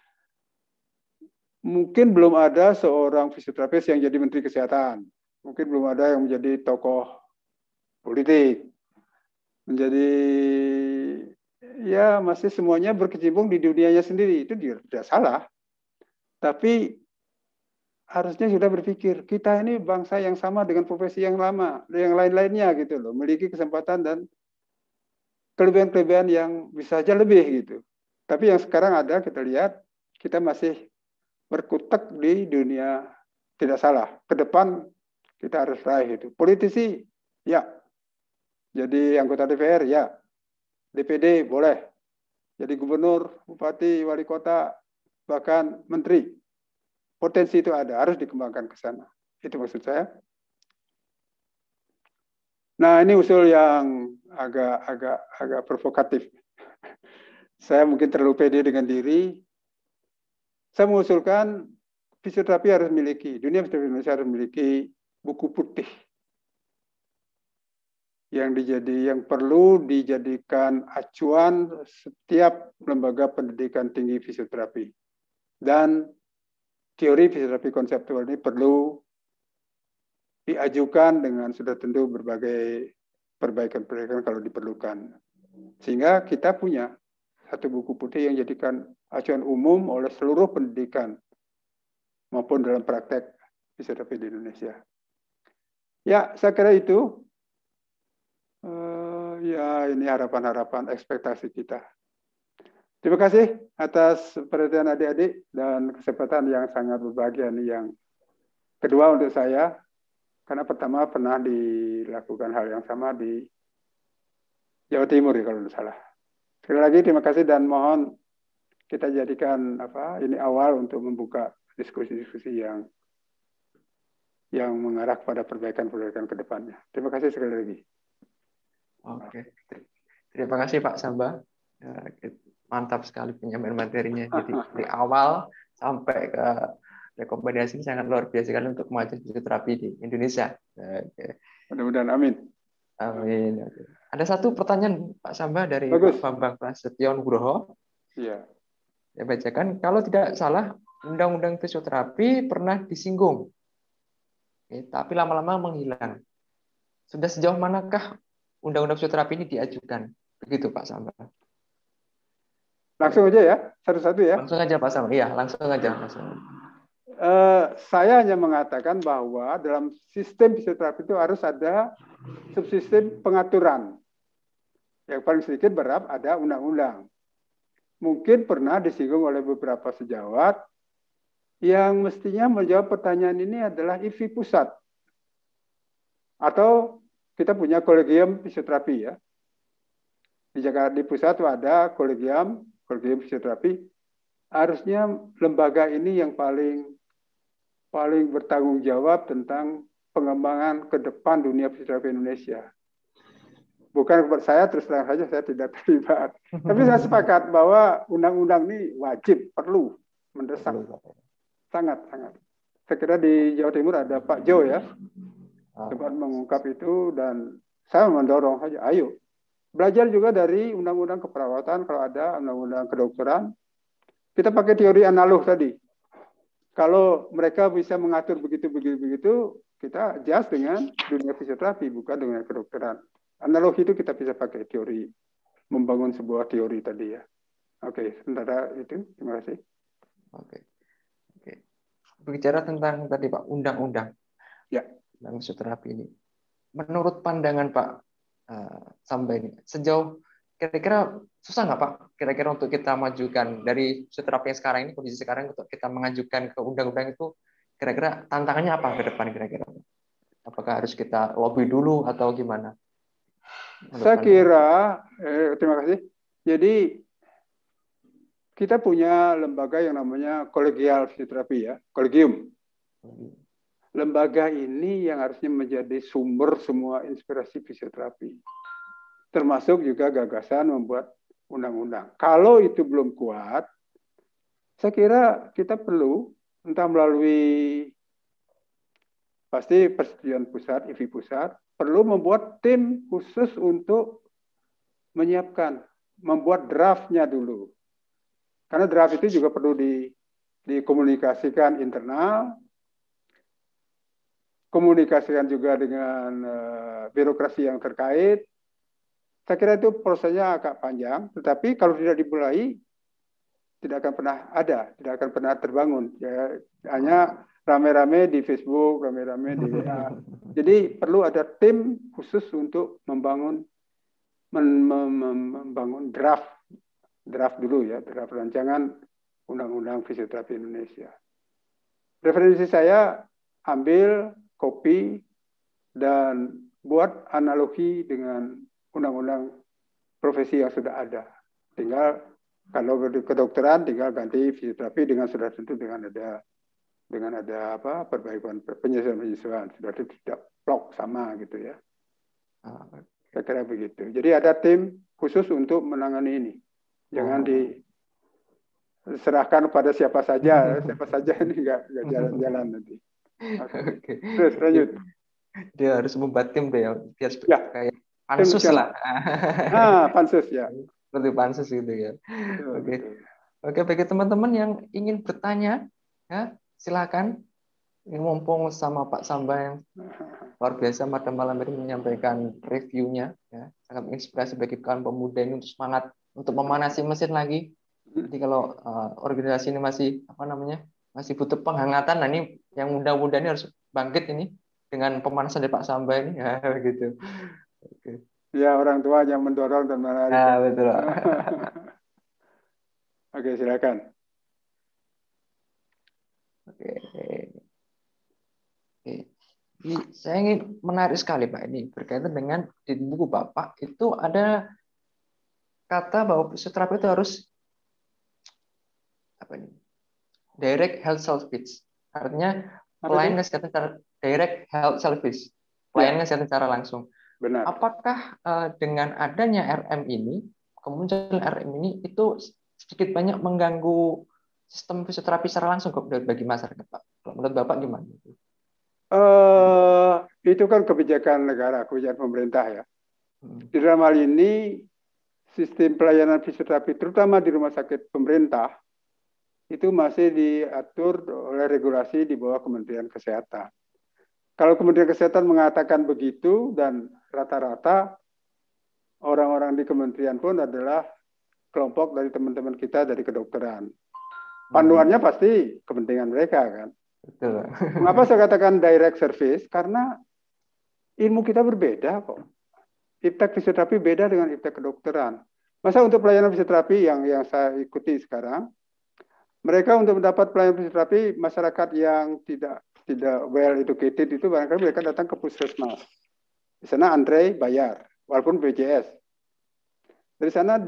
mungkin belum ada seorang fisioterapis yang jadi menteri kesehatan. Mungkin belum ada yang menjadi tokoh politik. Menjadi, ya masih semuanya berkecimpung di dunianya sendiri. Itu tidak salah. Tapi harusnya sudah berpikir, kita ini bangsa yang sama dengan profesi yang lama, yang lain-lainnya gitu loh. Memiliki kesempatan dan kelebihan-kelebihan yang bisa saja lebih gitu. Tapi yang sekarang ada, kita lihat, kita masih berkutek di dunia, tidak salah. Ke depan kita harus raih itu. Politisi, ya. Jadi anggota DPR, ya. DPD, boleh. Jadi gubernur, bupati, wali kota, bahkan menteri. Potensi itu ada, harus dikembangkan ke sana. Itu maksud saya. Nah, ini usul yang agak provokatif. Saya mungkin terlalu pede dengan diri. Saya mengusulkan fisioterapi harus memiliki, dunia fisioterapi Indonesia harus memiliki buku putih yang perlu dijadikan acuan setiap lembaga pendidikan tinggi fisioterapi. Dan teori fisioterapi konseptual ini perlu diajukan dengan sudah tentu berbagai perbaikan-perbaikan kalau diperlukan. Sehingga kita punya satu buku putih yang jadikan acuan umum oleh seluruh pendidikan maupun dalam praktek fisioterapi di Indonesia. Ya, saya kira itu. Ya, ini harapan-harapan ekspektasi kita. Terima kasih atas perhatian adik-adik dan kesempatan yang sangat berbahagia ini yang kedua untuk saya. Karena pertama pernah dilakukan hal yang sama di Jawa Timur ya kalau tidak salah. Sekali lagi terima kasih dan mohon kita jadikan ini awal untuk membuka diskusi-diskusi yang mengarah pada perbaikan-perbaikan ke depannya. Terima kasih sekali lagi. Oke, terima kasih Pak Samba. Mantap sekali penyampaian materinya. Jadi dari awal sampai ke rekomendasi sangat luar biasa sekali untuk kemajuan fisioterapi di Indonesia. Oke. Mudah-mudahan amin. Amin. Ada satu pertanyaan Pak Samba dari Pak Bambang Prasetyo Nugroho. Iya. Saya bacakan, kalau tidak salah Undang-Undang Fisioterapi pernah disinggung, tapi lama-lama menghilang. Sudah sejauh manakah Undang-Undang Fisioterapi ini diajukan? Begitu Pak Samba. Langsung aja ya, satu-satu ya. Langsung aja Pak Samba. Iya, langsung aja. Saya hanya mengatakan bahwa dalam sistem fisioterapi itu harus ada subsistem pengaturan. Yang paling sedikit berharap ada undang-undang. Mungkin pernah disinggung oleh beberapa sejawat yang mestinya menjawab pertanyaan ini adalah IFI pusat. Atau kita punya kolegium fisioterapi ya. Di Jakarta di pusat itu ada kolegium fisioterapi. Harusnya lembaga ini yang paling bertanggung jawab tentang pengembangan ke depan dunia fisioterapi Indonesia. bukan kepada saya, terus terang saja saya tidak terlibat. Tapi saya sepakat bahwa undang-undang ini wajib, perlu, mendesak. Sangat. Saya kira di Jawa Timur ada Pak Jo ya, sempat mengungkap itu, dan saya mendorong saja, ayo. Belajar juga dari undang-undang keperawatan, kalau ada undang-undang kedokteran. Kita pakai teori analog tadi. Kalau mereka bisa mengatur begitu, kita adjust dengan dunia fisioterapi, bukan dengan kedokteran. Analog itu kita bisa pakai teori, membangun sebuah teori tadi ya. Oke, sementara itu, terima kasih. Oke. Berbicara tentang tadi Pak, undang-undang. Ya. Tentang fisioterapi ini. Menurut pandangan Pak Samba ini, sejauh kira-kira susah nggak Pak? Kira-kira untuk kita majukan dari fisioterapi yang sekarang ini, kondisi sekarang, untuk kita mengajukan ke undang-undang itu, kira-kira tantangannya apa ke depan kira-kira? Apakah harus kita lobby dulu atau gimana? Saya kira, terima kasih. Jadi kita punya lembaga yang namanya kolegial fisioterapi ya, kolegium. Lembaga ini yang harusnya menjadi sumber semua inspirasi fisioterapi. Termasuk juga gagasan membuat undang-undang. Kalau itu belum kuat, saya kira kita perlu, entah melalui pasti persetujuan pusat, IFI pusat, perlu membuat tim khusus untuk menyiapkan, membuat draftnya dulu. Karena draft itu juga perlu dikomunikasikan internal, komunikasikan juga dengan birokrasi yang terkait. Saya kira itu prosesnya agak panjang, tetapi kalau tidak dimulai, tidak akan pernah ada, tidak akan pernah terbangun. Ya, hanya rame-rame di Facebook, rame-rame di WA. Jadi perlu ada tim khusus untuk membangun draft dulu ya, draft rancangan Undang-Undang Fisioterapi Indonesia. Referensi saya ambil, copy, dan buat analogi dengan undang-undang profesi yang sudah ada. Tinggal kalau kedokteran tinggal ganti fisioterapi dengan sudah tentu dengan ada apa perbaikan penyesuaian sudah tidak plok sama gitu ya. Saya kira begitu. Jadi ada tim khusus untuk menangani ini. Jangan diserahkan pada siapa saja ini nggak jalan-jalan nanti. Oke. Terus lanjut. Dia harus membuat tim deh, biar kayak pansus lah. Pansus ya. Seperti pansus gitu ya. Oke, bagi teman-teman yang ingin bertanya, ya silakan. Ini mumpung sama Pak Samba yang luar biasa pada malam ini menyampaikan reviewnya, ya sangat menginspirasi bagi kaum pemuda ini untuk semangat untuk memanasi mesin lagi. Jadi kalau organisasi ini masih butuh penghangatan, nah ini yang muda-muda ini harus bangkit ini dengan pemanasan dari Pak Samba ini, ya gitu. Oke. Ya, orang tua yang mendorong dan menarik. Ya, betul. Oke, silakan. Oke. Saya ingin menarik sekali Pak ini berkaitan dengan di buku Bapak itu ada kata bahwa fisioterapi itu harus direct health service, artinya pelayanan kesehatan secara direct health service, pelayanan kesehatan secara langsung. Benar. Apakah dengan adanya RM ini, kemunculan RM ini itu sedikit banyak mengganggu sistem fisioterapi secara langsung bagi masyarakat Pak? Kalau menurut Bapak gimana? Itu kan kebijakan negara, kebijakan pemerintah ya. Di dalam hal ini, sistem pelayanan fisioterapi, terutama di rumah sakit pemerintah, itu masih diatur oleh regulasi di bawah Kementerian Kesehatan. Kalau Kementerian Kesehatan mengatakan begitu, dan rata-rata orang-orang di kementerian pun adalah kelompok dari teman-teman kita dari kedokteran. Panduannya pasti kepentingan mereka kan. Betul. Mengapa saya katakan direct service? Karena ilmu kita berbeda kok. Iptek fisioterapi beda dengan iptek kedokteran. Masa untuk pelayanan fisioterapi yang saya ikuti sekarang, mereka untuk mendapat pelayanan fisioterapi, masyarakat yang tidak well educated itu barangkali mereka datang ke puskesmas. Di sana antre bayar, walaupun BPJS. Dari sana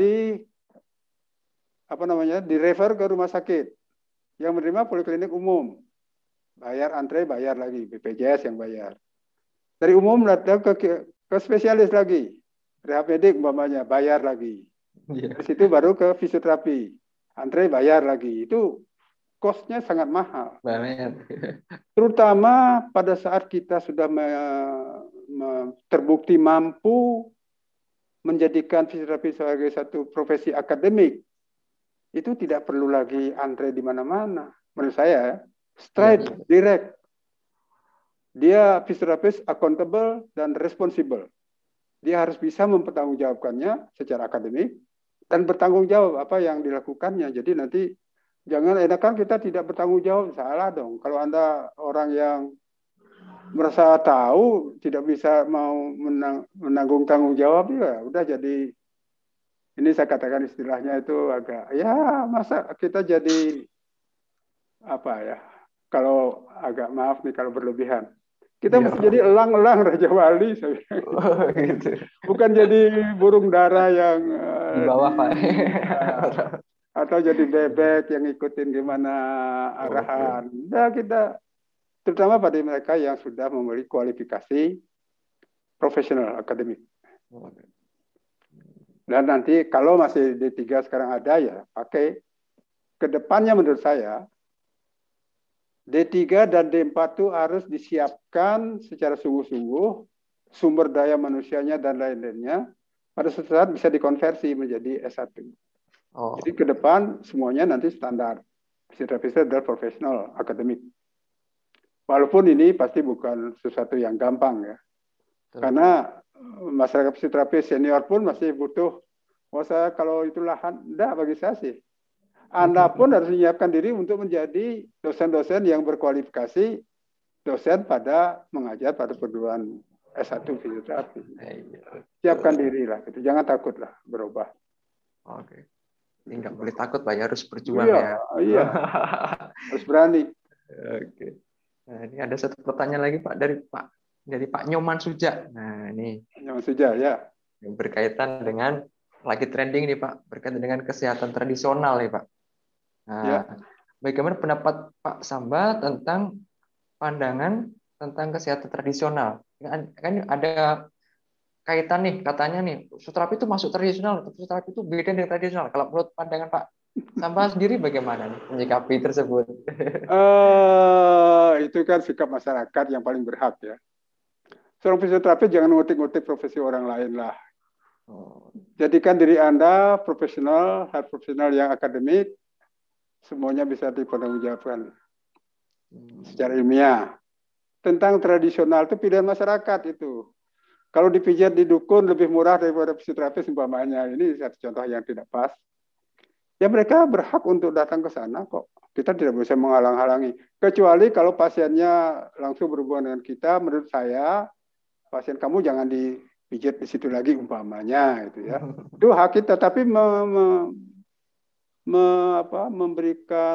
direfer ke rumah sakit yang menerima poliklinik umum. Bayar antre, bayar lagi, BPJS yang bayar. Dari umum datang ke spesialis lagi. rehab medik umpamanya, bayar lagi. Iya. Dari situ baru ke fisioterapi, antre bayar lagi. Itu cost-nya sangat mahal. Banget. Terutama pada saat kita sudah terbukti mampu menjadikan fisioterapi sebagai satu profesi akademik, itu tidak perlu lagi antre di mana-mana. Menurut saya, straight, direct. Dia fisioterapis accountable dan responsible. Dia harus bisa mempertanggungjawabkannya secara akademik dan bertanggung jawab apa yang dilakukannya. Jadi nanti jangan enakan kita tidak bertanggung jawab, salah dong. Kalau Anda orang yang merasa tahu tidak bisa mau menanggung tanggung jawab, ya udah jadi, ini saya katakan istilahnya itu agak, ya masa kita jadi apa ya, kalau agak maaf nih kalau berlebihan. Kita mesti jadi elang-elang Raja Wali, saya bilang. Oh, gitu. Bukan jadi burung dara yang Di bawah, Pak. Atau jadi bebek yang ngikutin gimana arahan. Nah, kita terutama pada mereka yang sudah memiliki kualifikasi profesional akademik. Dan nanti kalau masih D3 sekarang ada, ya pakai. Kedepannya menurut saya D3 dan D4 itu harus disiapkan secara sungguh-sungguh, sumber daya manusianya dan lain-lainnya, pada suatu saat bisa dikonversi menjadi S1. Jadi ke depan semuanya nanti standar. Fisioterapi adalah profesional, akademik. Walaupun ini pasti bukan sesuatu yang gampang ya. Karena masyarakat fisioterapi senior pun masih butuh, saya kalau itu lahan, enggak bagi saya sih. Anda pun harus menyiapkan diri untuk menjadi dosen-dosen yang berkualifikasi dosen pada mengajar pada perguruan S1 fisioterapi. Siapkan diri lah, gitu. Jangan takut lah berubah. Oke. Ini nggak boleh takut, Pak, ya harus berjuang ya. Iya, harus berani. Oke. Nah, ini ada satu pertanyaan lagi, Pak, dari Pak Nyoman Suja. Nah, ini Nyoman Suja ya. Yang berkaitan dengan lagi trending nih, Pak, berkaitan dengan kesehatan tradisional nih, Pak. Nah, ya. Bagaimana pendapat Pak Samba tentang pandangan tentang kesehatan tradisional? Kan ada kaitan nih, katanya nih, fisioterapi itu masuk tradisional, fisioterapi itu beda dengan tradisional. Kalau menurut pandangan Pak Samba sendiri bagaimana nih menyikapi tersebut? Itu kan sikap masyarakat yang paling berhak ya. Seorang fisioterapi jangan ngutik-ngutik profesi orang lain lah. Jadikan diri Anda profesional, hal profesional yang akademik, semuanya bisa dipertanggungjawabkan secara ilmiah. Tentang tradisional itu pilihan masyarakat itu. Kalau dipijat di dukun lebih murah daripada fisioterapis umpamanya, ini satu contoh yang tidak pas. Ya mereka berhak untuk datang ke sana kok. Kita tidak bisa menghalang-halangi. Kecuali kalau pasiennya langsung berhubungan dengan kita, menurut saya pasien kamu jangan dipijat di situ lagi umpamanya, itu ya. Itu hak kita. Tapi memberikan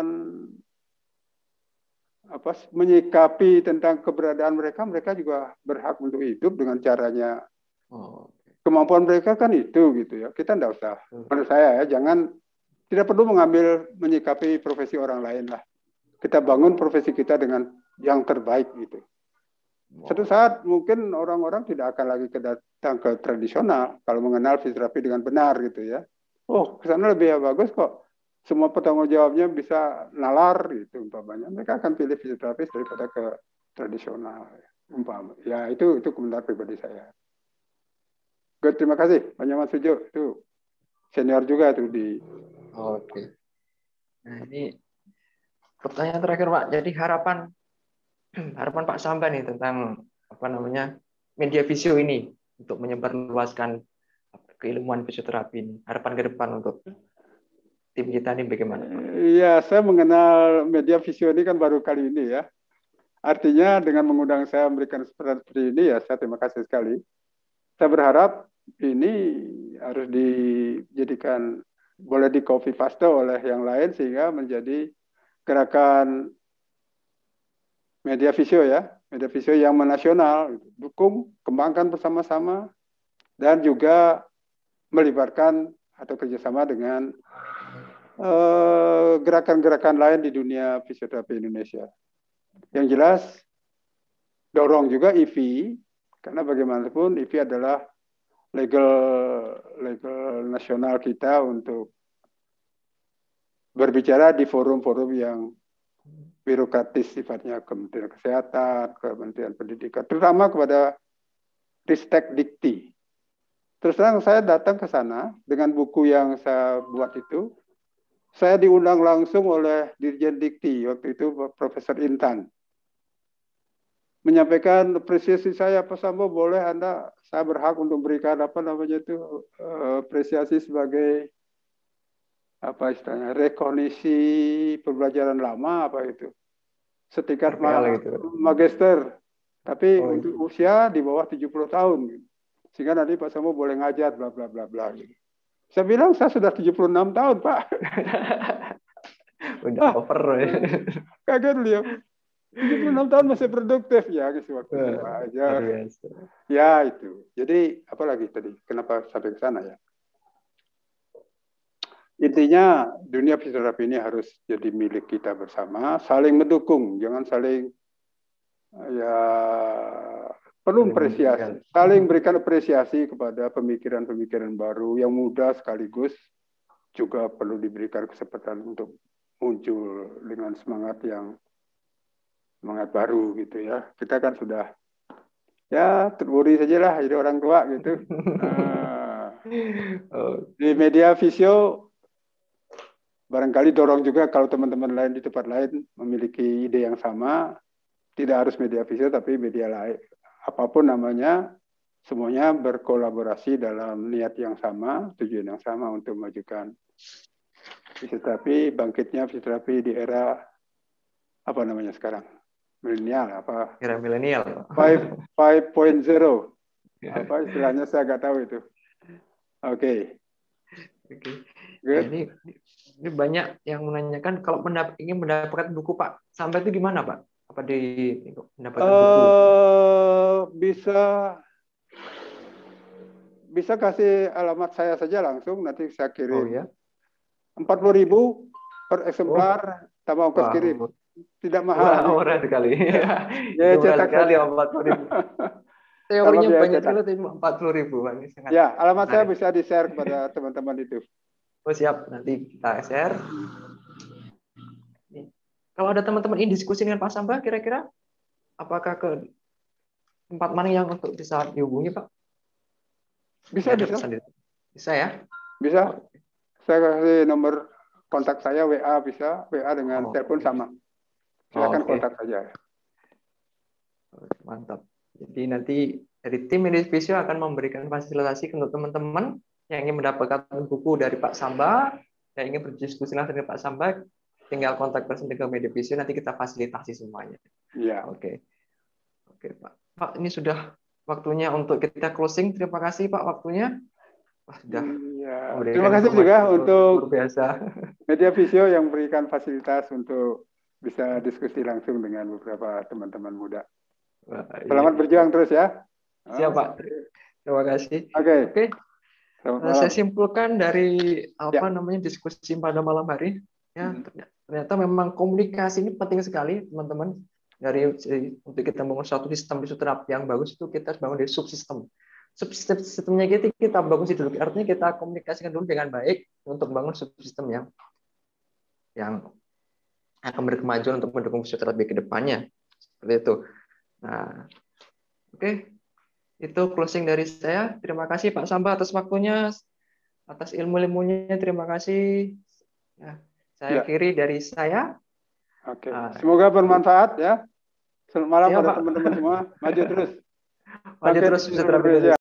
menyikapi tentang keberadaan mereka, mereka juga berhak untuk hidup dengan caranya. Kemampuan mereka kan itu gitu ya. Kita enggak usah. Menurut saya ya, tidak perlu mengambil menyikapi profesi orang lain lah. Kita bangun profesi kita dengan yang terbaik gitu. Suatu saat mungkin orang-orang tidak akan lagi datang ke tradisional kalau mengenal fisioterapi dengan benar gitu ya. Oh, ke sana lebih bagus kok. Semua pertanggung jawabnya bisa nalar gitu umpamanya. Mereka akan pilih fisioterapis daripada ke tradisional umpama. Ya itu komentar pribadi saya. Good, terima kasih Pak Nyoman Sujo. Itu senior juga tuh di. Oke. Nah ini pertanyaan terakhir Pak. Jadi harapan Pak Samba nih tentang media visio ini untuk menyebarluaskan keilmuan fisioterapi ini. Harapan ke depan untuk tim kita ini bagaimana? Iya, saya mengenal media visio ini kan baru kali ini ya. Artinya dengan mengundang saya memberikan kesempatan seperti ini ya, saya terima kasih sekali. Saya berharap ini harus dijadikan, boleh di copy paste oleh yang lain sehingga menjadi gerakan media visio ya, media visio yang menasional. Dukung, kembangkan bersama-sama, dan juga melibatkan atau kerjasama dengan gerakan-gerakan lain di dunia fisioterapi Indonesia. Yang jelas, dorong juga IFI, karena bagaimanapun IFI adalah legal nasional kita untuk berbicara di forum-forum yang birokratis sifatnya, Kementerian Kesehatan, Kementerian Pendidikan, terutama kepada Ristek Dikti. Terus terang saya datang ke sana dengan buku yang saya buat itu. Saya diundang langsung oleh Dirjen Dikti, waktu itu Profesor Intan. Menyampaikan apresiasi saya, Pak Sambo, boleh saya berhak untuk berikan apresiasi sebagai rekognisi pembelajaran lama setingkat magister, tapi untuk usia di bawah 70 tahun, sehingga nanti Pak Sambo boleh ngajar bla bla bla bla. Saya bilang saya sudah 76 tahun, Pak. Udah over ya. Kaget beliau. 76 tahun masih produktif ya, waktu itu aja. Ya itu. Jadi apalagi tadi? Kenapa sampai ke sana ya? Intinya dunia fisioterapi ini harus jadi milik kita bersama, saling mendukung, jangan saling perlu apresiasi, saling berikan apresiasi kepada pemikiran-pemikiran baru yang muda, sekaligus juga perlu diberikan kesempatan untuk muncul dengan semangat baru gitu ya. Kita kan sudah terburi sajalah jadi orang tua gitu. Di media visio barangkali dorong juga kalau teman-teman lain di tempat lain memiliki ide yang sama, tidak harus media visio tapi media lain, apapun namanya, semuanya berkolaborasi dalam niat yang sama, tujuan yang sama untuk memajukan fisioterapi, bangkitnya fisioterapi di era sekarang? Milenial Era milenial. 5.0. Istilahnya saya nggak tahu itu. Oke. Ini banyak yang menanyakan kalau ingin mendapatkan buku Pak Samba itu gimana Pak? Apa mendapatkan buku? Bisa kasih alamat saya saja langsung, nanti saya kirim. Oh ya. 40.000 per eksemplar, tambah ongkos kirim. Tidak mahal. Wah, murah sekali. Ya, murah sekali 40.000. Teorinya banyak sekali, tapi 40.000. Ya, alamat saya bisa di-share kepada teman-teman itu. Oh siap, nanti kita share. Kalau ada teman-teman ini diskusi dengan Pak Samba, kira-kira apakah ke tempat mana yang untuk bisa dihubungi Pak? Bisa. Bisa ya? Bisa. Saya kasih nomor kontak saya, WA bisa, WA dengan telepon sama. Silakan kontak saja. Mantap. Jadi nanti dari tim Medis Visio akan memberikan fasilitasi untuk teman-teman yang ingin mendapatkan buku dari Pak Samba, yang ingin berdiskusi langsung dengan Pak Samba, tinggal kontak person ke Medis Visio, nanti kita fasilitasi semuanya. Iya. Oke Pak. Pak, ini sudah waktunya untuk kita closing. Terima kasih Pak waktunya. Sudah. Ya. Terima kasih juga untuk Media Visio yang memberikan fasilitas untuk bisa diskusi langsung dengan beberapa teman-teman muda. Selamat berjuang terus ya. Siap Pak. Terima kasih. Oke. Saya simpulkan dari diskusi pada malam hari. Ya, ternyata memang komunikasi ini penting sekali teman-teman. Untuk kita membangun suatu sistem fisioterapi yang bagus itu kita harus bangun dari subsistem. Subsistemnya kita bangun dulu. Artinya kita komunikasikan dulu dengan baik untuk bangun subsistem yang akan berkemajuan untuk mendukung fisioterapi ke depannya. Seperti itu. Nah, itu closing dari saya. Terima kasih Pak Samba atas waktunya, atas ilmu-ilmunya. Terima kasih. Ya, saya akhiri dari saya. Oke. Semoga bermanfaat ya. Selamat malam pada teman-teman semua. Maju terus. Maju terus fisioterapi.